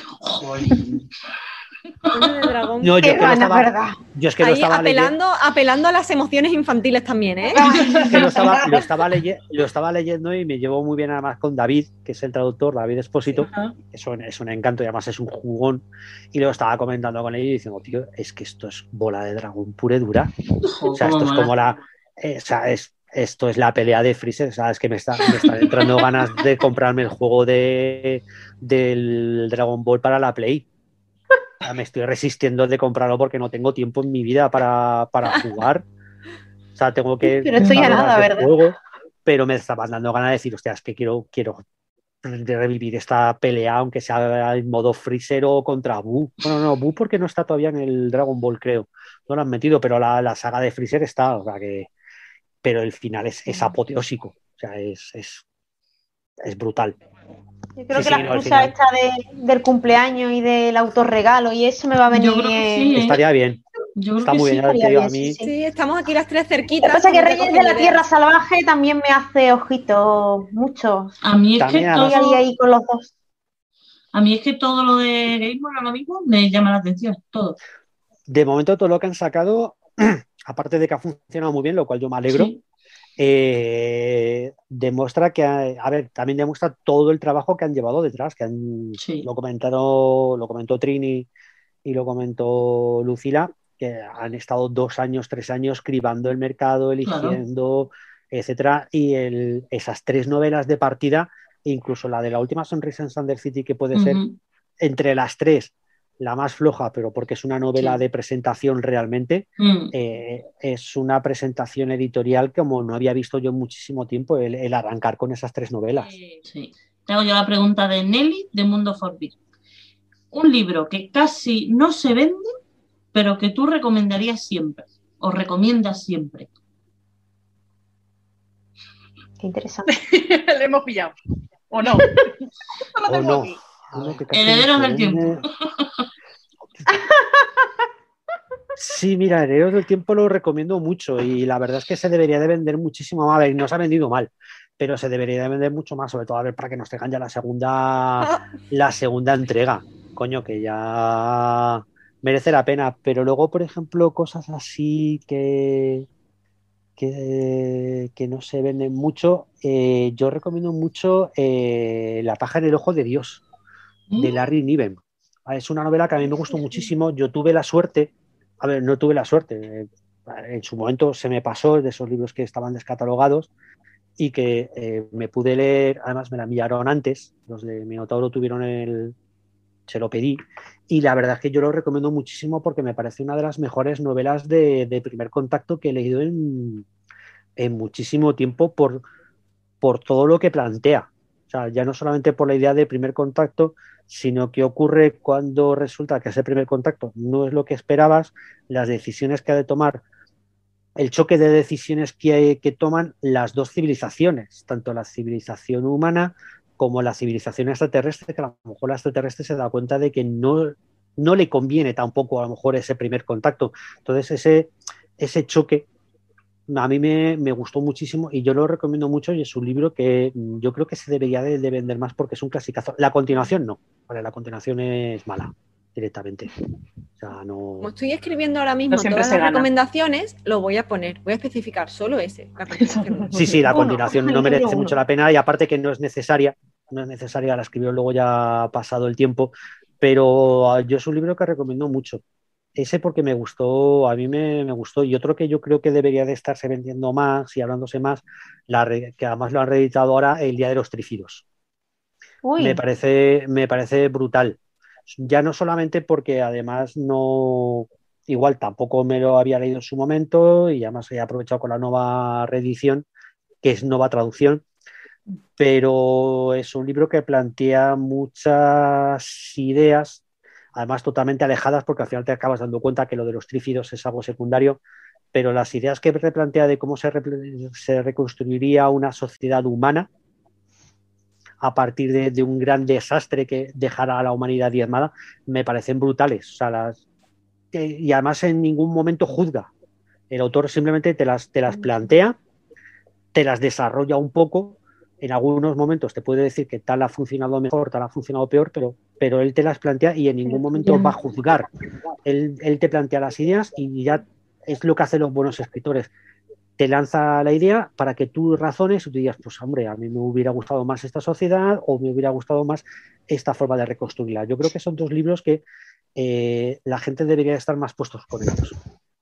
Bola de dragón. No, yo, Qué es que lo gana, estaba, ¿verdad? yo es que lo Ahí estaba apelando, apelando a las emociones infantiles también, ¿eh? leyendo, que lo estaba, lo, estaba leye, lo estaba leyendo y me llevó muy bien además con David, que es el traductor, David Espósito, Ajá. que es un, es un encanto y además es un jugón, y lo estaba comentando con él y diciendo, tío, es que esto es bola de dragón pura y dura. O sea, esto es como la... Eh, o sea, es, esto es la pelea de Freezer, ¿sabes? Que me, está, me están entrando ganas de comprarme el juego de, del Dragon Ball para la Play. O sea, me estoy resistiendo de comprarlo porque no tengo tiempo en mi vida para, para jugar. O sea, tengo que... Pero esto ya nada, ¿verdad? Juego, pero me estaban dando ganas de decir, hostia, es que quiero, quiero revivir esta pelea, aunque sea en modo Freezer o contra Buu. Bueno, no, Buu porque no está todavía en el Dragon Ball, creo. No lo han metido, pero la, la saga de Freezer está, o sea que... Pero el final es, es apoteósico, o sea, es, es, es brutal. Yo creo Sí, que sí, la no, al excusa final. esta de, del cumpleaños y del autorregalo y eso me va a venir Yo creo que bien. sí, ¿eh? Estaría bien. Yo creo Está que muy sí. bien, ya te estaría digo, bien, a mí. sí, sí. Sí, estamos aquí las tres Lo que cerquitas. pasa es que estamos Reyes de la recogiendo Tierra ideas. Salvaje también me hace ojito mucho. A mí es También, que además- Estoy ahí, todo, ahí con los dos. a mí es que todo lo de Game Boy ahora mismo me llama la atención, todo. De momento, todo lo que han sacado, aparte de que ha funcionado muy bien, lo cual yo me alegro, Sí, eh, demuestra que, a ver, también demuestra todo el trabajo que han llevado detrás, que han, sí. lo comentaron, lo comentó Trini y lo comentó Lucila, que han estado dos años, tres años cribando el mercado, eligiendo, etcétera, y el, esas tres novelas de partida, incluso la de la última Sonrisa en Thunder City, que puede ser Ujú. entre las tres la más floja, pero porque es una novela Sí. de presentación realmente, Mm. eh, es una presentación editorial como no había visto yo en muchísimo tiempo, el, el arrancar con esas tres novelas. Sí. Te hago yo la pregunta de Nelly de Mundo Forbidden. Un libro que casi no se vende, pero que tú recomendarías siempre, o recomiendas siempre. Qué interesante. Le hemos pillado. ¿O no? Lo O tengo no. aquí. Uno que casi Herederos no se del vende. tiempo. Sí, mira, Herederos del Tiempo lo recomiendo mucho y la verdad es que se debería de vender muchísimo más. A ver, no se ha vendido mal, pero se debería de vender mucho más, sobre todo a ver para que nos traigan ya la segunda, la segunda entrega. Coño, que ya merece la pena. Pero luego, por ejemplo, cosas así que, que, que no se venden mucho, eh, yo recomiendo mucho eh, La paja en el ojo de Dios, de Larry Niven. Es una novela que a mí me gustó muchísimo. Yo tuve la suerte, a ver, no tuve la suerte, eh, en su momento se me pasó de esos libros que estaban descatalogados y que eh, me pude leer, además me la enviaron antes, los de Minotauro tuvieron el, se lo pedí, y la verdad es que yo lo recomiendo muchísimo porque me parece una de las mejores novelas de, de primer contacto que he leído en, en muchísimo tiempo por, por todo lo que plantea. O sea, ya no solamente por la idea de primer contacto, sino qué ocurre cuando resulta que ese primer contacto no es lo que esperabas, las decisiones que ha de tomar, el choque de decisiones que, hay, que toman las dos civilizaciones, tanto la civilización humana como la civilización extraterrestre, que a lo mejor la extraterrestre se da cuenta de que no, no le conviene tampoco a lo mejor ese primer contacto. Entonces ese, ese choque a mí me, me gustó muchísimo y yo lo recomiendo mucho y es un libro que yo creo que se debería de, de vender más porque es un clasicazo. La continuación no, vale, la continuación es mala directamente. O sea, no... Como estoy escribiendo ahora mismo No siempre todas se las gana. recomendaciones, lo voy a poner. Voy a especificar solo ese. La continuación. Sí, sí, la Uno. continuación no merece Uno. mucho la pena y aparte que no es necesaria, no es necesaria, la escribió luego ya ha pasado el tiempo, pero yo es un libro que recomiendo mucho. Ese porque me gustó, a mí me, me gustó. Y otro que yo creo que debería de estarse vendiendo más y hablándose más, la re, que además lo han reeditado ahora, El Día de los Trífidos. Uy. Me parece, me parece brutal. Ya no solamente porque además no, igual tampoco me lo había leído en su momento y además he aprovechado con la nueva reedición, que es nueva traducción, pero es un libro que plantea muchas ideas, además totalmente alejadas, porque al final te acabas dando cuenta que lo de los trífidos es algo secundario, pero las ideas que replantea de cómo se, re- se reconstruiría una sociedad humana a partir de, de un gran desastre que dejará a la humanidad diezmada, me parecen brutales. O sea, las, te, y además en ningún momento juzga. El autor simplemente te las, te las plantea, te las desarrolla un poco. En algunos momentos te puede decir que tal ha funcionado mejor, tal ha funcionado peor, pero, pero él te las plantea y en ningún momento va a juzgar. Él, él te plantea las ideas y ya es lo que hacen los buenos escritores. Te lanza la idea para que tú razones y tú digas, pues hombre, a mí me hubiera gustado más esta sociedad o me hubiera gustado más esta forma de reconstruirla. Yo creo que son dos libros que eh, la gente debería estar más puestos con ellos.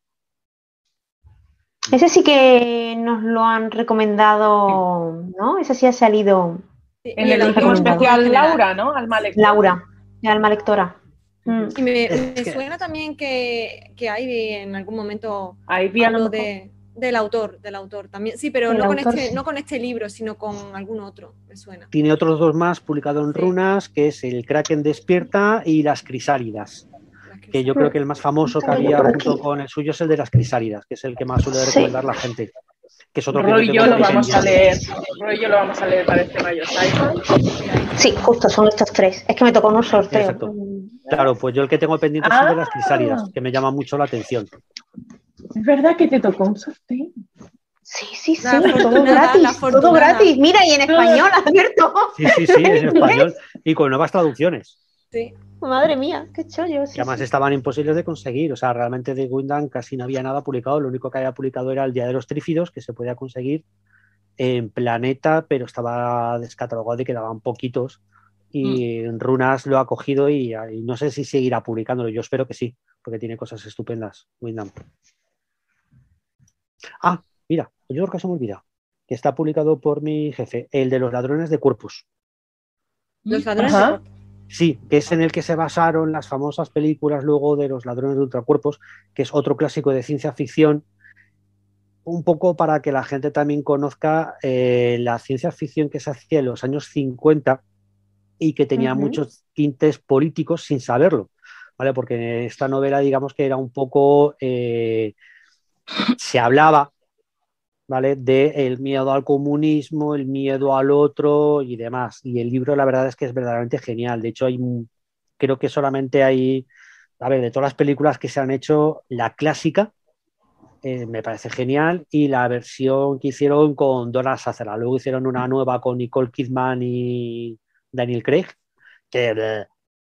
Ese sí que nos lo han recomendado, ¿no? Ese sí ha salido. En el último especial, Laura, ¿no? Alma lectora. Laura, de Alma lectora. Mm. Y me, me suena también que, que hay en algún momento hay algo de, del autor, del autor también. Sí, pero no con, autor, este, sí. no con este libro, sino con algún otro, me suena. Tiene otros dos más publicados en sí. Runas, que es El Kraken despierta y Las Crisálidas. Que yo creo que el más famoso que había junto con el suyo es el de Las Crisálidas, que es el que más suele recomendar sí. la gente. Que es otro Roy y yo lo vamos a leer. Roy y yo lo vamos a leer para este mayo sci-fi. Sí, justo, son estos tres. Es que me tocó un sorteo. Exacto. Claro, pues yo el que tengo pendiente ah. es el de Las Crisálidas, que me llama mucho la atención. Es verdad que te tocó un sorteo. Sí, sí, sí, todo gratis, todo gratis. Mira, y en español, abierto. Sí, sí, sí, en español. Y con nuevas traducciones. Sí. Madre mía, qué chollo. Sí, que además sí. estaban imposibles de conseguir. O sea, realmente de Gundam casi no había nada publicado. Lo único que había publicado era El Día de los Trífidos, que se podía conseguir en Planeta, pero estaba descatalogado y quedaban poquitos. Y mm. Runas lo ha cogido y, y no sé si seguirá publicándolo. Yo espero que sí, porque tiene cosas estupendas, Gundam. Ah, mira, yo creo que se me olvida, que está publicado por mi jefe, el de los ladrones de cuerpos. Los ladrones de cuerpos. Sí, que es en el que se basaron las famosas películas luego de Los ladrones de ultracuerpos, que es otro clásico de ciencia ficción, un poco para que la gente también conozca eh, la ciencia ficción que se hacía en los años cincuenta y que tenía uh-huh. muchos tintes políticos sin saberlo, ¿vale? Porque esta novela, digamos que era un poco... Eh, se hablaba, ¿vale?, del miedo al comunismo, el miedo al otro y demás. Y el libro, la verdad es que es verdaderamente genial. De hecho, hay, creo que solamente hay, a ver, de todas las películas que se han hecho, la clásica eh, me parece genial, y la versión que hicieron con Donald Sutherland. Luego hicieron una nueva con Nicole Kidman y Daniel Craig, que eh,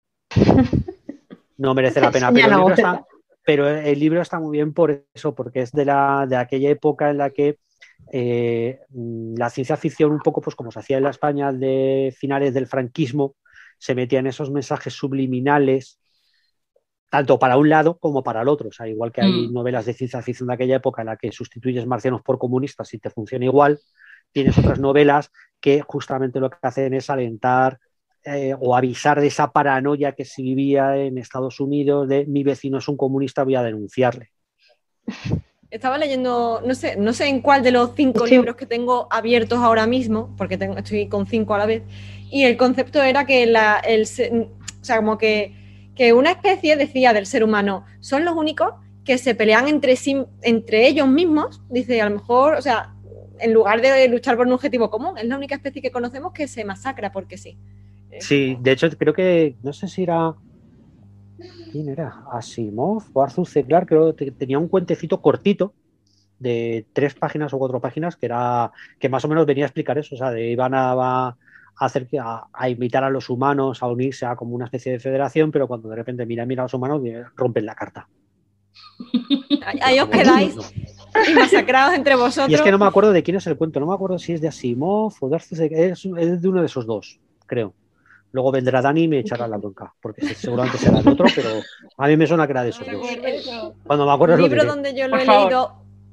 no merece la pena, pero el libro está... Pero el libro está muy bien por eso, porque es de, la, de aquella época en la que eh, la ciencia ficción, un poco pues como se hacía en la España de finales del franquismo, se metían esos mensajes subliminales, tanto para un lado como para el otro. O sea, igual que hay mm. novelas de ciencia ficción de aquella época en la que sustituyes marcianos por comunistas y te funciona igual, tienes otras novelas que justamente lo que hacen es alentar Eh, o avisar de esa paranoia que se vivía en Estados Unidos de mi vecino es un comunista, voy a denunciarle. Estaba leyendo, no sé, no sé en cuál de los cinco sí. libros que tengo abiertos ahora mismo, porque tengo, estoy con cinco a la vez, y el concepto era que la, el, o sea, como que, que una especie, decía, del ser humano, son los únicos que se pelean entre sí, entre ellos mismos, dice, a lo mejor, o sea, en lugar de luchar por un objetivo común, es la única especie que conocemos que se masacra porque sí. Sí, de hecho creo que, no sé si era, ¿quién era? Asimov o Arthur C. Clarke, creo que tenía un cuentecito cortito de tres páginas o cuatro páginas que era, que más o menos venía a explicar eso, o sea, de iban a, a hacer que, a, a invitar a los humanos a unirse a como una especie de federación, pero cuando de repente mira, mira a los humanos, rompen la carta. Ahí os quedáis. No. Y masacrados entre vosotros. Y es que no me acuerdo de quién es el cuento, no me acuerdo si es de Asimov o de Arthur C. Clarke, es, es de uno de esos dos, creo. Luego vendrá Dani y me echará la bronca, porque seguramente será el otro, pero a mí me suena que era de esos dos. Cuando me acuerdo el libro lo donde yo lo he leído,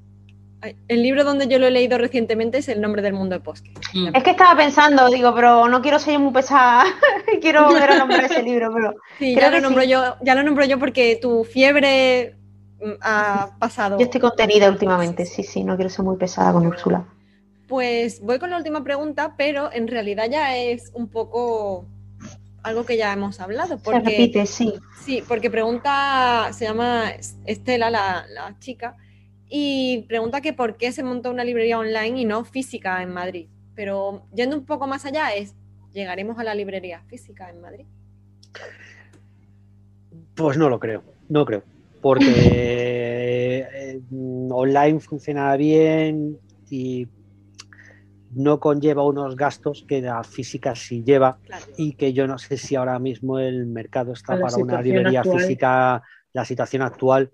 el libro donde yo lo he leído recientemente es El nombre del mundo de Posque. Mm. Es que estaba pensando, digo, pero no quiero ser muy pesada, quiero volver a nombrar ese libro, pero sí, ya lo nombro sí. yo, ya lo nombro yo porque tu fiebre ha pasado. Yo estoy contenida últimamente, sí, sí, no quiero ser muy pesada con Úrsula. Pues voy con la última pregunta, pero en realidad ya es un poco algo que ya hemos hablado. Porque, se repite, sí. Sí, porque pregunta, se llama Estela, la, la chica, y pregunta que por qué se montó una librería online y no física en Madrid. Pero yendo un poco más allá, es ¿llegaremos a la librería física en Madrid? Pues no lo creo, no creo. porque eh, online funciona bien y no conlleva unos gastos que la física sí lleva, claro. Y que yo no sé si ahora mismo el mercado está para una librería actual. Física, la situación actual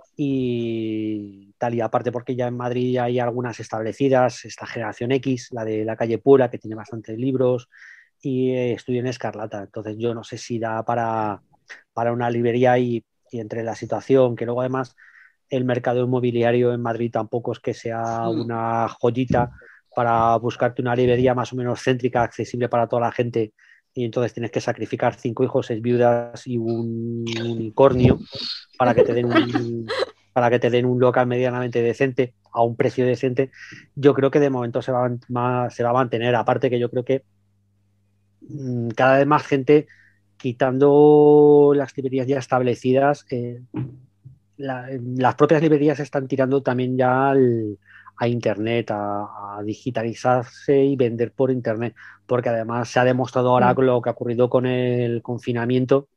y tal, y aparte porque ya en Madrid hay algunas establecidas, esta Generación X, la de la calle Pura, que tiene bastantes libros, y eh, Estudio en Escarlata, entonces yo no sé si da para, para una librería y, y entre la situación, que luego además el mercado inmobiliario en Madrid tampoco es que sea una joyita para buscarte una librería más o menos céntrica, accesible para toda la gente, y entonces tienes que sacrificar cinco hijos, seis viudas y un unicornio para que te den un, para que te den un local medianamente decente a un precio decente. Yo creo que de momento se va a, se va a mantener, aparte que yo creo que mmm, cada vez más gente, quitando las librerías ya establecidas, eh, la, las propias librerías están tirando también ya al a internet, a, a digitalizarse y vender por internet, porque además se ha demostrado ahora mm. lo que ha ocurrido con el confinamiento,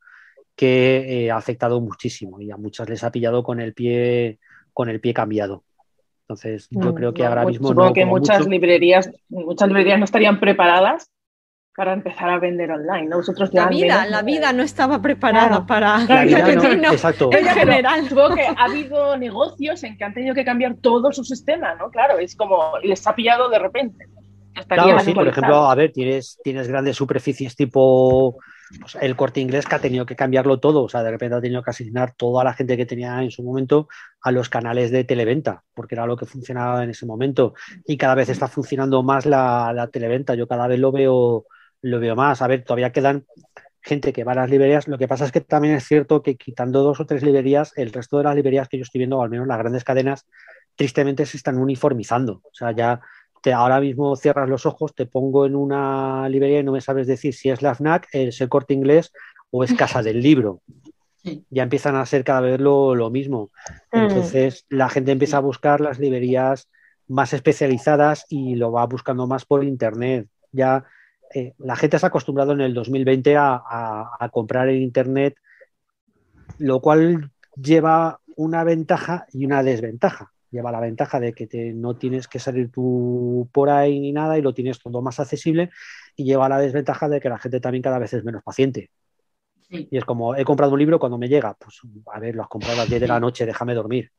que eh, ha afectado muchísimo y a muchas les ha pillado con el pie con el pie cambiado. Entonces yo mm, creo que no, ahora mismo supongo no, que muchas mucho... librerías muchas librerías no estarían preparadas para empezar a vender online, ¿no? Vosotros la vida, menos, la vida no estaba preparada claro. para la vida no, no, exacto. En general. Supongo que ha habido negocios en que han tenido que cambiar todo su sistema, ¿no? Claro, es como les ha pillado de repente. Claro, sí, por ejemplo, a ver, tienes, tienes grandes superficies tipo pues, el Corte Inglés, que ha tenido que cambiarlo todo, o sea, de repente ha tenido que asignar toda la gente que tenía en su momento a los canales de televenta, porque era lo que funcionaba en ese momento, y cada vez está funcionando más la, la televenta. Yo cada vez lo veo lo veo más. A ver, todavía quedan gente que va a las librerías. Lo que pasa es que también es cierto que quitando dos o tres librerías, el resto de las librerías que yo estoy viendo, o al menos las grandes cadenas, tristemente se están uniformizando. O sea, ya te, ahora mismo cierras los ojos, te pongo en una librería y no me sabes decir si es la FNAC, es el Corte Inglés o es Casa del Libro. Sí. Ya empiezan a ser cada vez lo, lo mismo. Entonces mm. la gente empieza a buscar las librerías más especializadas y lo va buscando más por internet. Ya Eh, la gente se ha acostumbrado en el dos mil veinte a, a, a comprar en internet, lo cual lleva una ventaja y una desventaja. Lleva la ventaja de que te, no tienes que salir tú por ahí ni nada y lo tienes todo más accesible, y lleva la desventaja de que la gente también cada vez es menos paciente. Sí. Y es como, he comprado un libro, cuando me llega, pues a ver, lo has comprado a las diez de la noche, déjame dormir.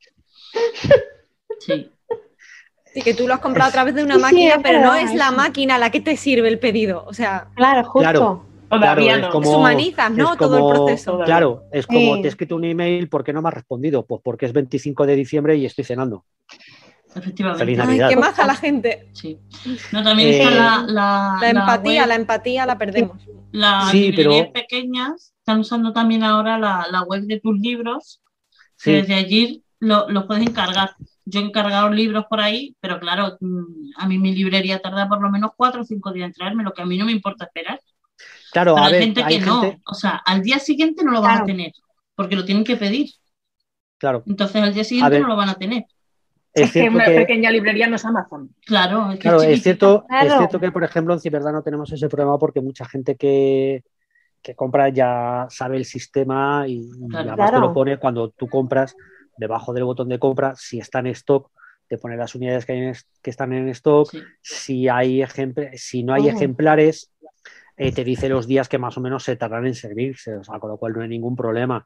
Sí. Sí, que tú lo has comprado a través de una sí, máquina, sí, pero no es la máquina la que te sirve el pedido. O sea, claro, justo. Claro, Todavía claro, no. es como, Deshumanizas, ¿no? Es todo como, el proceso. Claro, es como sí. te he escrito un email, ¿por qué no me has respondido? Pues porque es veinticinco de diciembre y estoy cenando. Efectivamente. Feliz Navidad. Ay, qué maja la gente. Sí. No, también eh, está la, la, la empatía, la, la empatía la perdemos. Las sí, librerías pero... pequeñas están usando también ahora la, la web de tus libros, sí. que desde allí lo, lo puedes encargar. Yo he encargado libros por ahí, pero claro, a mí mi librería tarda por lo menos cuatro o cinco días en traerme, lo que a mí no me importa esperar. Claro, Pero a hay ver, gente hay que gente... no, o sea, al día siguiente no lo van claro. a tener, porque lo tienen que pedir. Claro. Entonces al día siguiente no lo van a tener. Es, es que una que... pequeña librería no es Amazon. Claro, es, que claro, es, es, cierto, claro. es cierto que, por ejemplo, en Ciberdad no tenemos ese problema porque mucha gente que, que compra ya sabe el sistema y, claro. y además claro. te lo pone cuando tú compras, debajo del botón de compra, si está en stock, te pone las unidades que, hay en, que están en stock, sí. si, hay si no hay uh-huh. ejemplares, eh, te dice los días que más o menos se tardan en servirse, o sea, con lo cual no hay ningún problema.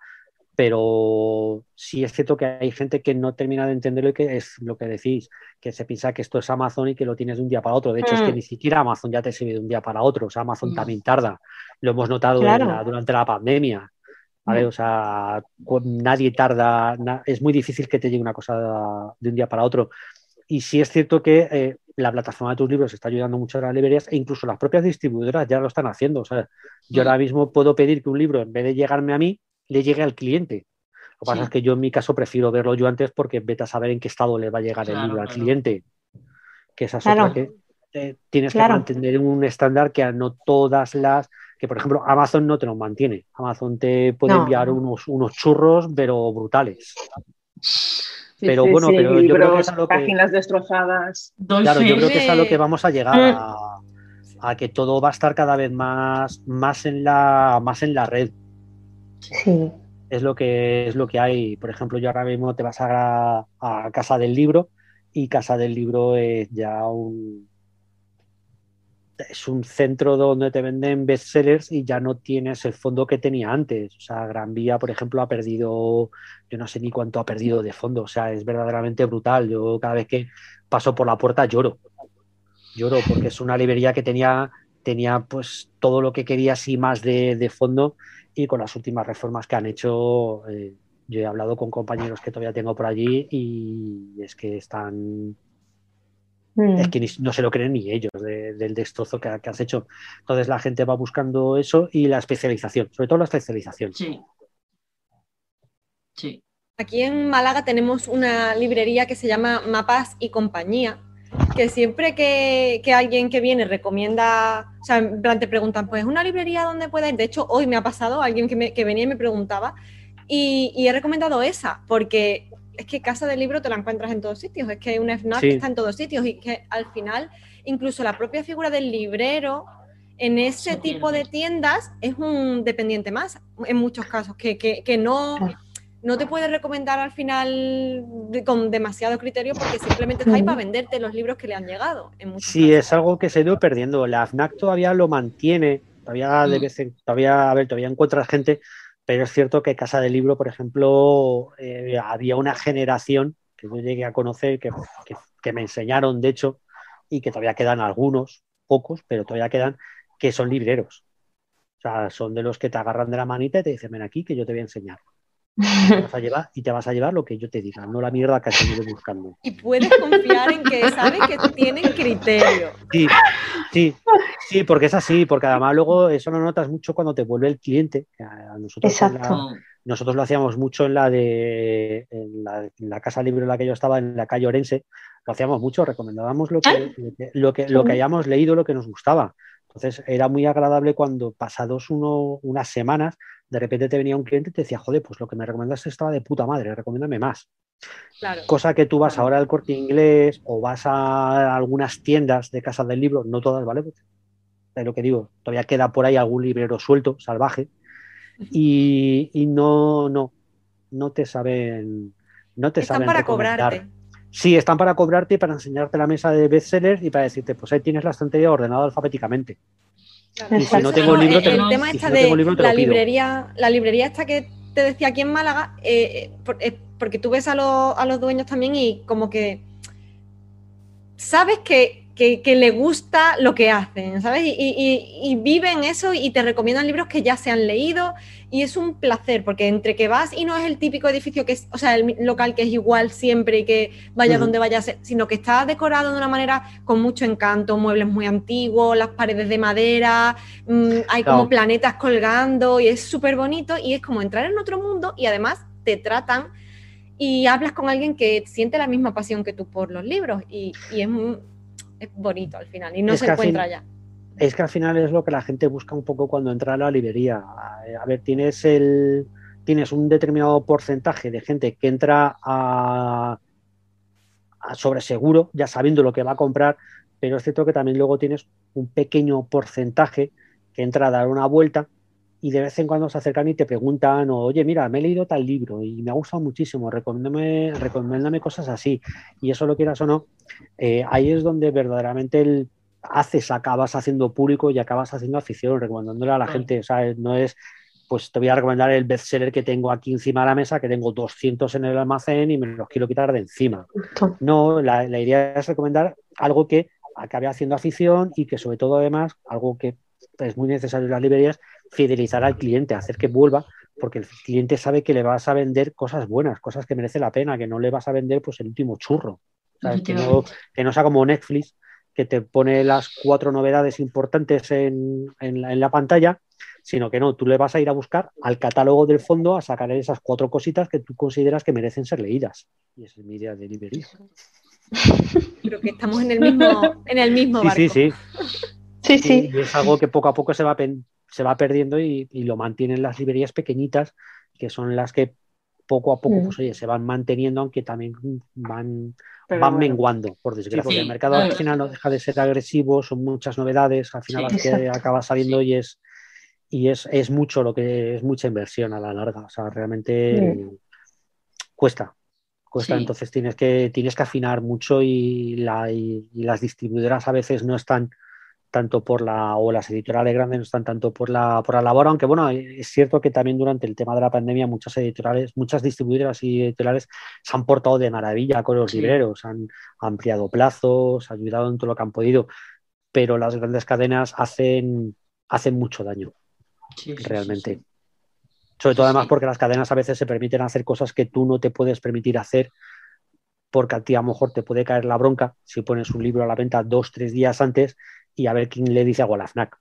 Pero sí es cierto que hay gente que no termina de entender lo que es lo que decís, que se piensa que esto es Amazon y que lo tienes de un día para otro. De hecho, mm. es que ni siquiera Amazon ya te sirve de un día para otro. O sea, Amazon mm. también tarda. Lo hemos notado claro. en la, durante la pandemia. ¿Vale? Mm. O sea, nadie tarda. Na, es muy difícil que te llegue una cosa de un día para otro. Y sí es cierto que eh, la plataforma de tus libros está ayudando mucho a las librerías e incluso las propias distribuidoras ya lo están haciendo. O sea, yo mm. ahora mismo puedo pedir que un libro, en vez de llegarme a mí, le llegue al cliente. Lo que pasa sí. es que yo en mi caso prefiero verlo yo antes porque vete a saber en qué estado le va a llegar claro, el libro al claro. cliente. Que esa es claro. otra que eh, tienes claro. que mantener un estándar que a no todas las... Que por ejemplo Amazon no te lo mantiene. Amazon te puede no. enviar unos, unos churros pero brutales. Sí, pero sí, bueno, sí, pero libros, yo creo que es a lo que... páginas destrozadas. Claro, yo creo que es a lo que vamos a llegar a, a que todo va a estar cada vez más, más, en, la, más en la red. Sí. es lo que es lo que hay. Por ejemplo, yo ahora mismo te vas a, a Casa del Libro y Casa del Libro es ya un es un centro donde te venden bestsellers y ya no tienes el fondo que tenía antes. O sea, Gran Vía, por ejemplo, ha perdido, yo no sé ni cuánto ha perdido de fondo. O sea, es verdaderamente brutal. Yo cada vez que paso por la puerta lloro. Lloro porque es una librería que tenía, tenía pues todo lo que querías y más de, de fondo, y con las últimas reformas que han hecho, eh, yo he hablado con compañeros que todavía tengo por allí y es que están... Mm. Es que ni, no se lo creen ni ellos de, del destrozo que, que has hecho. Entonces la gente va buscando eso y la especialización, sobre todo la especialización. Sí. Sí. Aquí en Málaga tenemos una librería que se llama Mapas y Compañía, que siempre que, que alguien que viene recomienda, o sea, en plan te preguntan, pues una librería donde pueda ir. De hecho, hoy me ha pasado alguien que, me, que venía y me preguntaba y, y he recomendado esa, porque es que Casa del Libro te la encuentras en todos sitios, es que una FNAC sí. está en todos sitios y que al final incluso la propia figura del librero en ese sí, tipo de tiendas es un dependiente más en muchos casos, que, que, que no... no te puede recomendar al final de, con demasiado criterio porque simplemente está ahí para venderte los libros que le han llegado. En sí, casos. Es algo que se ha ido perdiendo. La FNAC todavía lo mantiene, todavía, de vez en, todavía, a ver, todavía encuentras gente, pero es cierto que Casa del Libro, por ejemplo, eh, había una generación que yo llegué a conocer, que, que, que me enseñaron, de hecho, y que todavía quedan algunos, pocos, pero todavía quedan, que son libreros. O sea, son de los que te agarran de la manita y te dicen, ven aquí que yo te voy a enseñar. Te vas a llevar, y te vas a llevar lo que yo te diga, no la mierda que has ido buscando. Y puedes confiar en que sabes que tienen criterio. Sí, sí, sí, porque es así, porque además luego eso lo notas mucho cuando te vuelve el cliente. A nosotros, la, nosotros lo hacíamos mucho en la de en la, en la Casa Libro en la que yo estaba, en la calle Orense, lo hacíamos mucho, recomendábamos lo que, lo que, lo que hayamos leído, lo que nos gustaba. Entonces era muy agradable cuando pasados uno, unas semanas de repente te venía un cliente y te decía, joder, pues lo que me recomendaste estaba de puta madre, recomiéndame más. Claro. Cosa que tú vas ahora al Corte Inglés o vas a algunas tiendas de Casa del Libro, no todas, ¿vale? Es lo que digo, todavía queda por ahí algún librero suelto, salvaje, y, y no, no, no te saben, no te Están saben para recomendar. cobrarte. Sí, están para cobrarte y para enseñarte la mesa de bestsellers y para decirte, pues ahí tienes la estantería ordenada alfabéticamente. Claro. Y si no tengo libro, el, te, el tema y está si no de tengo libro, te la lo pido. librería, la librería esta que te decía aquí en Málaga, eh, por, eh, porque tú ves a, lo, a los dueños también y como que sabes que, que, que le gusta lo que hacen, ¿sabes? Y, y, y viven eso y te recomiendan libros que ya se han leído y es un placer, porque entre que vas y no es el típico edificio que es, o sea, el local que es igual siempre y que vaya uh-huh. donde vayas, sino que está decorado de una manera con mucho encanto, muebles muy antiguos, las paredes de madera, mmm, hay como no. planetas colgando y es súper bonito y es como entrar en otro mundo y además te tratan y hablas con alguien que siente la misma pasión que tú por los libros y, y es, es bonito al final y no es se encuentra ya. Es que al final es lo que la gente busca un poco cuando entra a la librería. A ver, tienes el tienes un determinado porcentaje de gente que entra a, a sobre seguro, ya sabiendo lo que va a comprar, pero es cierto que también luego tienes un pequeño porcentaje que entra a dar una vuelta y de vez en cuando se acercan y te preguntan, oye, mira, me he leído tal libro y me ha gustado muchísimo, recomiéndame, recomiéndame cosas así. Y eso lo quieras o no, eh, ahí es donde verdaderamente el haces, acabas haciendo público y acabas haciendo afición, recomendándole a la sí. gente. O sea, no es, pues te voy a recomendar el bestseller que tengo aquí encima de la mesa, que tengo doscientos en el almacén y me los quiero quitar de encima. No, la, la idea es recomendar algo que acabe haciendo afición y que sobre todo además, algo que es muy necesario en las librerías, fidelizar al cliente, hacer que vuelva, porque el cliente sabe que le vas a vender cosas buenas, cosas que merece la pena, que no le vas a vender pues el último churro. ¿Sabes? Que, no, que no sea como Netflix, que te pone las cuatro novedades importantes en, en, la, en la pantalla, sino que no, tú le vas a ir a buscar al catálogo del fondo a sacar esas cuatro cositas que tú consideras que merecen ser leídas. Y esa es mi idea de librería. Creo que estamos en el mismo, en el mismo sí, barco. Sí, sí, sí. sí. Y es algo que poco a poco se va, se va perdiendo y, y lo mantienen las librerías pequeñitas, que son las que poco a poco pues, oye, se van manteniendo, aunque también van, van bueno. menguando, por desgracia. Sí, porque el mercado al final no deja de ser agresivo, son muchas novedades, al final sí, las que acaba saliendo sí. y es y es, es mucho lo que es mucha inversión a la larga, o sea, realmente sí. cuesta, cuesta, sí. Entonces tienes que, tienes que afinar mucho y, la, y, y las distribuidoras a veces no están tanto por la, o las editoriales grandes no están tanto por la, por la labor, aunque bueno, es cierto que también durante el tema de la pandemia muchas editoriales, muchas distribuidoras y editoriales se han portado de maravilla con los sí. libreros, han ampliado plazos, han ayudado en todo lo que han podido, pero las grandes cadenas hacen, hacen mucho daño, sí, realmente. Sí, sí, sí. Sobre todo sí, además sí. porque las cadenas a veces se permiten hacer cosas que tú no te puedes permitir hacer, porque a ti a lo mejor te puede caer la bronca si pones un libro a la venta dos, tres días antes y a ver quién le dice algo a la FNAC.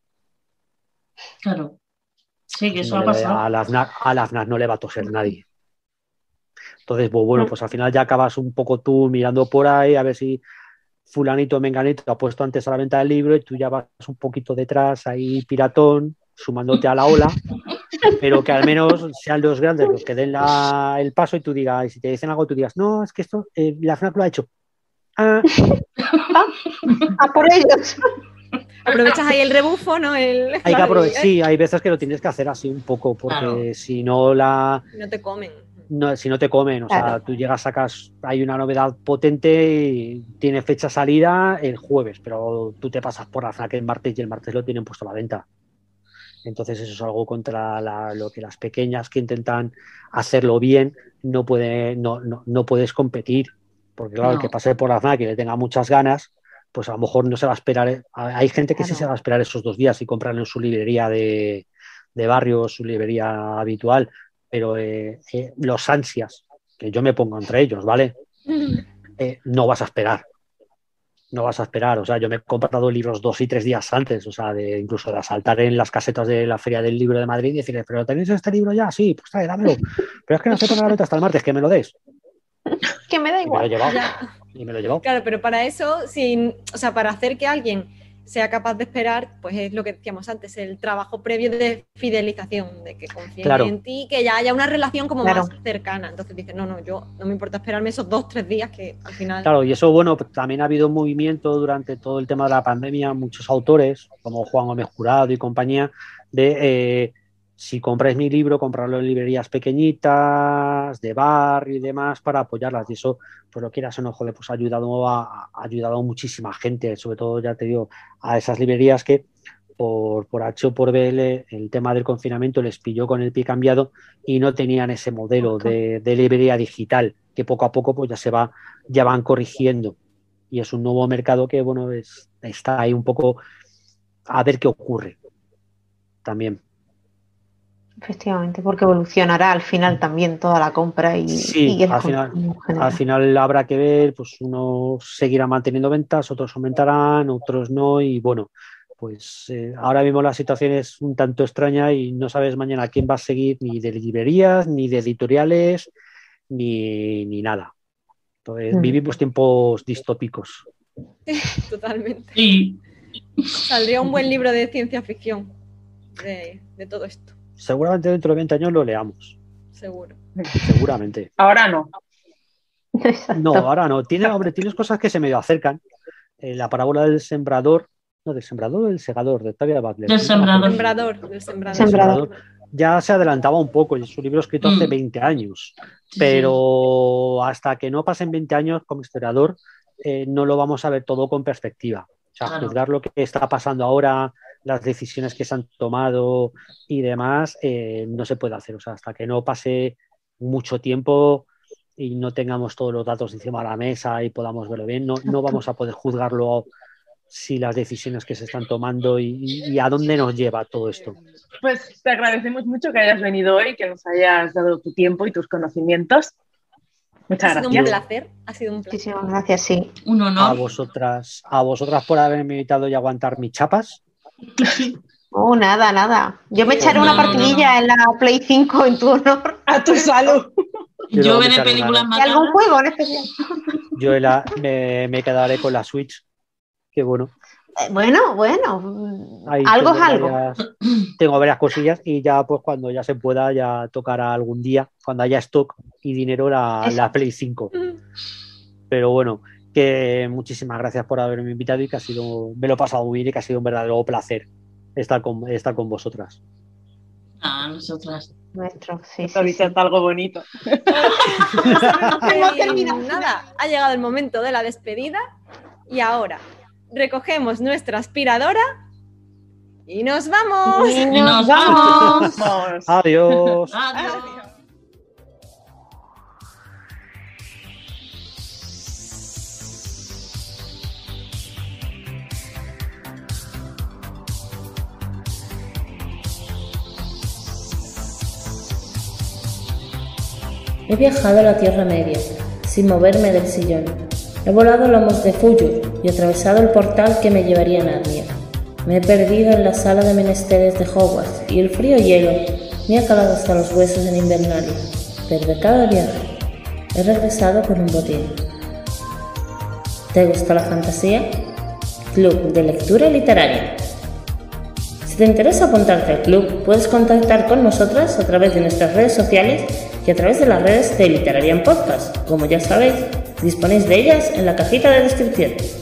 Claro. Sí, que eso no ha pasado. A la, FNAC, a la FNAC no le va a toser nadie. Entonces, pues bueno, pues al final ya acabas un poco tú mirando por ahí a ver si fulanito o menganito ha puesto antes a la venta del libro y tú ya vas un poquito detrás ahí piratón, sumándote a la ola, pero que al menos sean los grandes los que den la, el paso y tú digas, y si te dicen algo tú digas, no, es que esto, eh, la FNAC lo ha hecho. Ah, ah, ah por ellos. Aprovechas ahí el rebufo, ¿no? El... Hay que aprovechar, sí, hay veces que lo tienes que hacer así un poco, porque claro. si no la... No te comen. No, si no te comen, o claro. sea, tú llegas, sacas, hay una novedad potente y tiene fecha salida el jueves, pero tú te pasas por la FNAC el martes y el martes lo tienen puesto a la venta. Entonces eso es algo contra la, lo que las pequeñas que intentan hacerlo bien no, puede, no, no, no puedes competir, porque claro, no. el que pase por la FNAC y le tenga muchas ganas, pues a lo mejor no se va a esperar. Hay gente que claro. sí se va a esperar esos dos días y compran en su librería de, de barrio, su librería habitual, pero eh, eh, los ansias, que yo me pongo entre ellos, ¿vale? Eh, no vas a esperar. No vas a esperar. O sea, yo me he comprado libros dos y tres días antes, o sea, de incluso de asaltar en las casetas de la Feria del Libro de Madrid y decirles, ¿pero tenéis este libro ya? Sí, pues trae, dámelo. Pero es que no se pone a la venta hasta el martes, que me lo des. Que me da igual. Y me lo he llevado. Y me lo he llevado. Claro, pero para eso, sin, o sea, para hacer que alguien sea capaz de esperar, pues es lo que decíamos antes, el trabajo previo de fidelización, de que confíen claro. en ti, que ya haya una relación como claro. más cercana. Entonces dices, no, no, yo no me importa esperarme esos dos, tres días que al final... Claro, y eso, bueno, también ha habido movimiento durante todo el tema de la pandemia, muchos autores, como Juan Gómez Jurado y compañía, de... Eh, si compráis mi libro, comprarlo en librerías pequeñitas, de barrio y demás, para apoyarlas. Y eso, pues lo quieras o no, joder, pues ha ayudado a, ha ayudado a muchísima gente, sobre todo, ya te digo, a esas librerías que por, por H o por B el, el tema del confinamiento les pilló con el pie cambiado y no tenían ese modelo de, de librería digital, que poco a poco pues ya se va, ya van corrigiendo. Y es un nuevo mercado que, bueno, es, está ahí un poco a ver qué ocurre también. Efectivamente, porque evolucionará al final también toda la compra y, sí, y el al final, al final habrá que ver, pues unos seguirán manteniendo ventas, otros aumentarán, otros no, y bueno, pues eh, ahora mismo la situación es un tanto extraña y no sabes mañana quién va a seguir, ni de librerías, ni de editoriales, ni, ni nada. Entonces, mm. vivimos tiempos distópicos. Totalmente. Sí. Saldría un buen libro de ciencia ficción de, de todo esto. Seguramente dentro de veinte años lo leamos. Seguro. Seguramente. Ahora no. Exacto. No, ahora no. Tiene, hombre, tienes cosas que se medio acercan. Eh, la parábola del sembrador, no, del sembrador o del segador, de Octavia Butler. Del sembrador. Sembrador, del sembrador. Sembrador. Ya se adelantaba un poco, y es un libro escrito mm. hace veinte años. Sí, pero sí. hasta que no pasen veinte años como historiador, eh, no lo vamos a ver todo con perspectiva. O sea, claro. juzgar lo que está pasando ahora, las decisiones que se han tomado y demás, eh, no se puede hacer. O sea, hasta que no pase mucho tiempo y no tengamos todos los datos encima de la mesa y podamos verlo bien, no, no vamos a poder juzgarlo si las decisiones que se están tomando y, y a dónde nos lleva todo esto. Pues te agradecemos mucho que hayas venido hoy, que nos hayas dado tu tiempo y tus conocimientos. Muchas ha gracias. Sido un placer, ha sido un placer. Muchísimas gracias, sí. Un honor. A vosotras, a vosotras por haberme invitado y aguantar mis chapas. Oh, nada, nada. Yo me echaré no, una partidilla no, no, no. en la Play cinco en tu honor. A tu salud. Yo, Yo veré películas más. ¿Y algún juego en especial? Yo la, me, me quedaré con la Switch. Qué bueno. Eh, bueno, bueno. Ahí algo es algo. Varias, tengo varias cosillas y ya pues cuando ya se pueda ya tocará algún día, cuando haya stock y dinero la, la Play cinco. Pero bueno, que muchísimas gracias por haberme invitado y que ha sido, me lo he pasado muy bien y que ha sido un verdadero placer estar con, estar con vosotras. Ah, nosotras. Nuestro, sí, Esto sí, sí. es algo bonito. Hemos terminado. Nada, ha llegado el momento de la despedida y ahora recogemos nuestra aspiradora y nos vamos. Y Y nos nos vamos. Vamos. Adiós. Adiós. He viajado a la Tierra Media, sin moverme del sillón. He volado a lomos de Fuyur y atravesado el portal que me llevaría a Narnia. Me he perdido en la sala de menesteres de Hogwarts y el frío hielo me ha calado hasta los huesos en Invernalia. Pero de cada viaje he regresado con un botín. ¿Te gusta la fantasía? Club de Lectura Literaria. Si te interesa apuntarte al club, puedes contactar con nosotras a través de nuestras redes sociales y a través de las redes de Literarian Podcast. Como ya sabéis, disponéis de ellas en la cajita de descripción.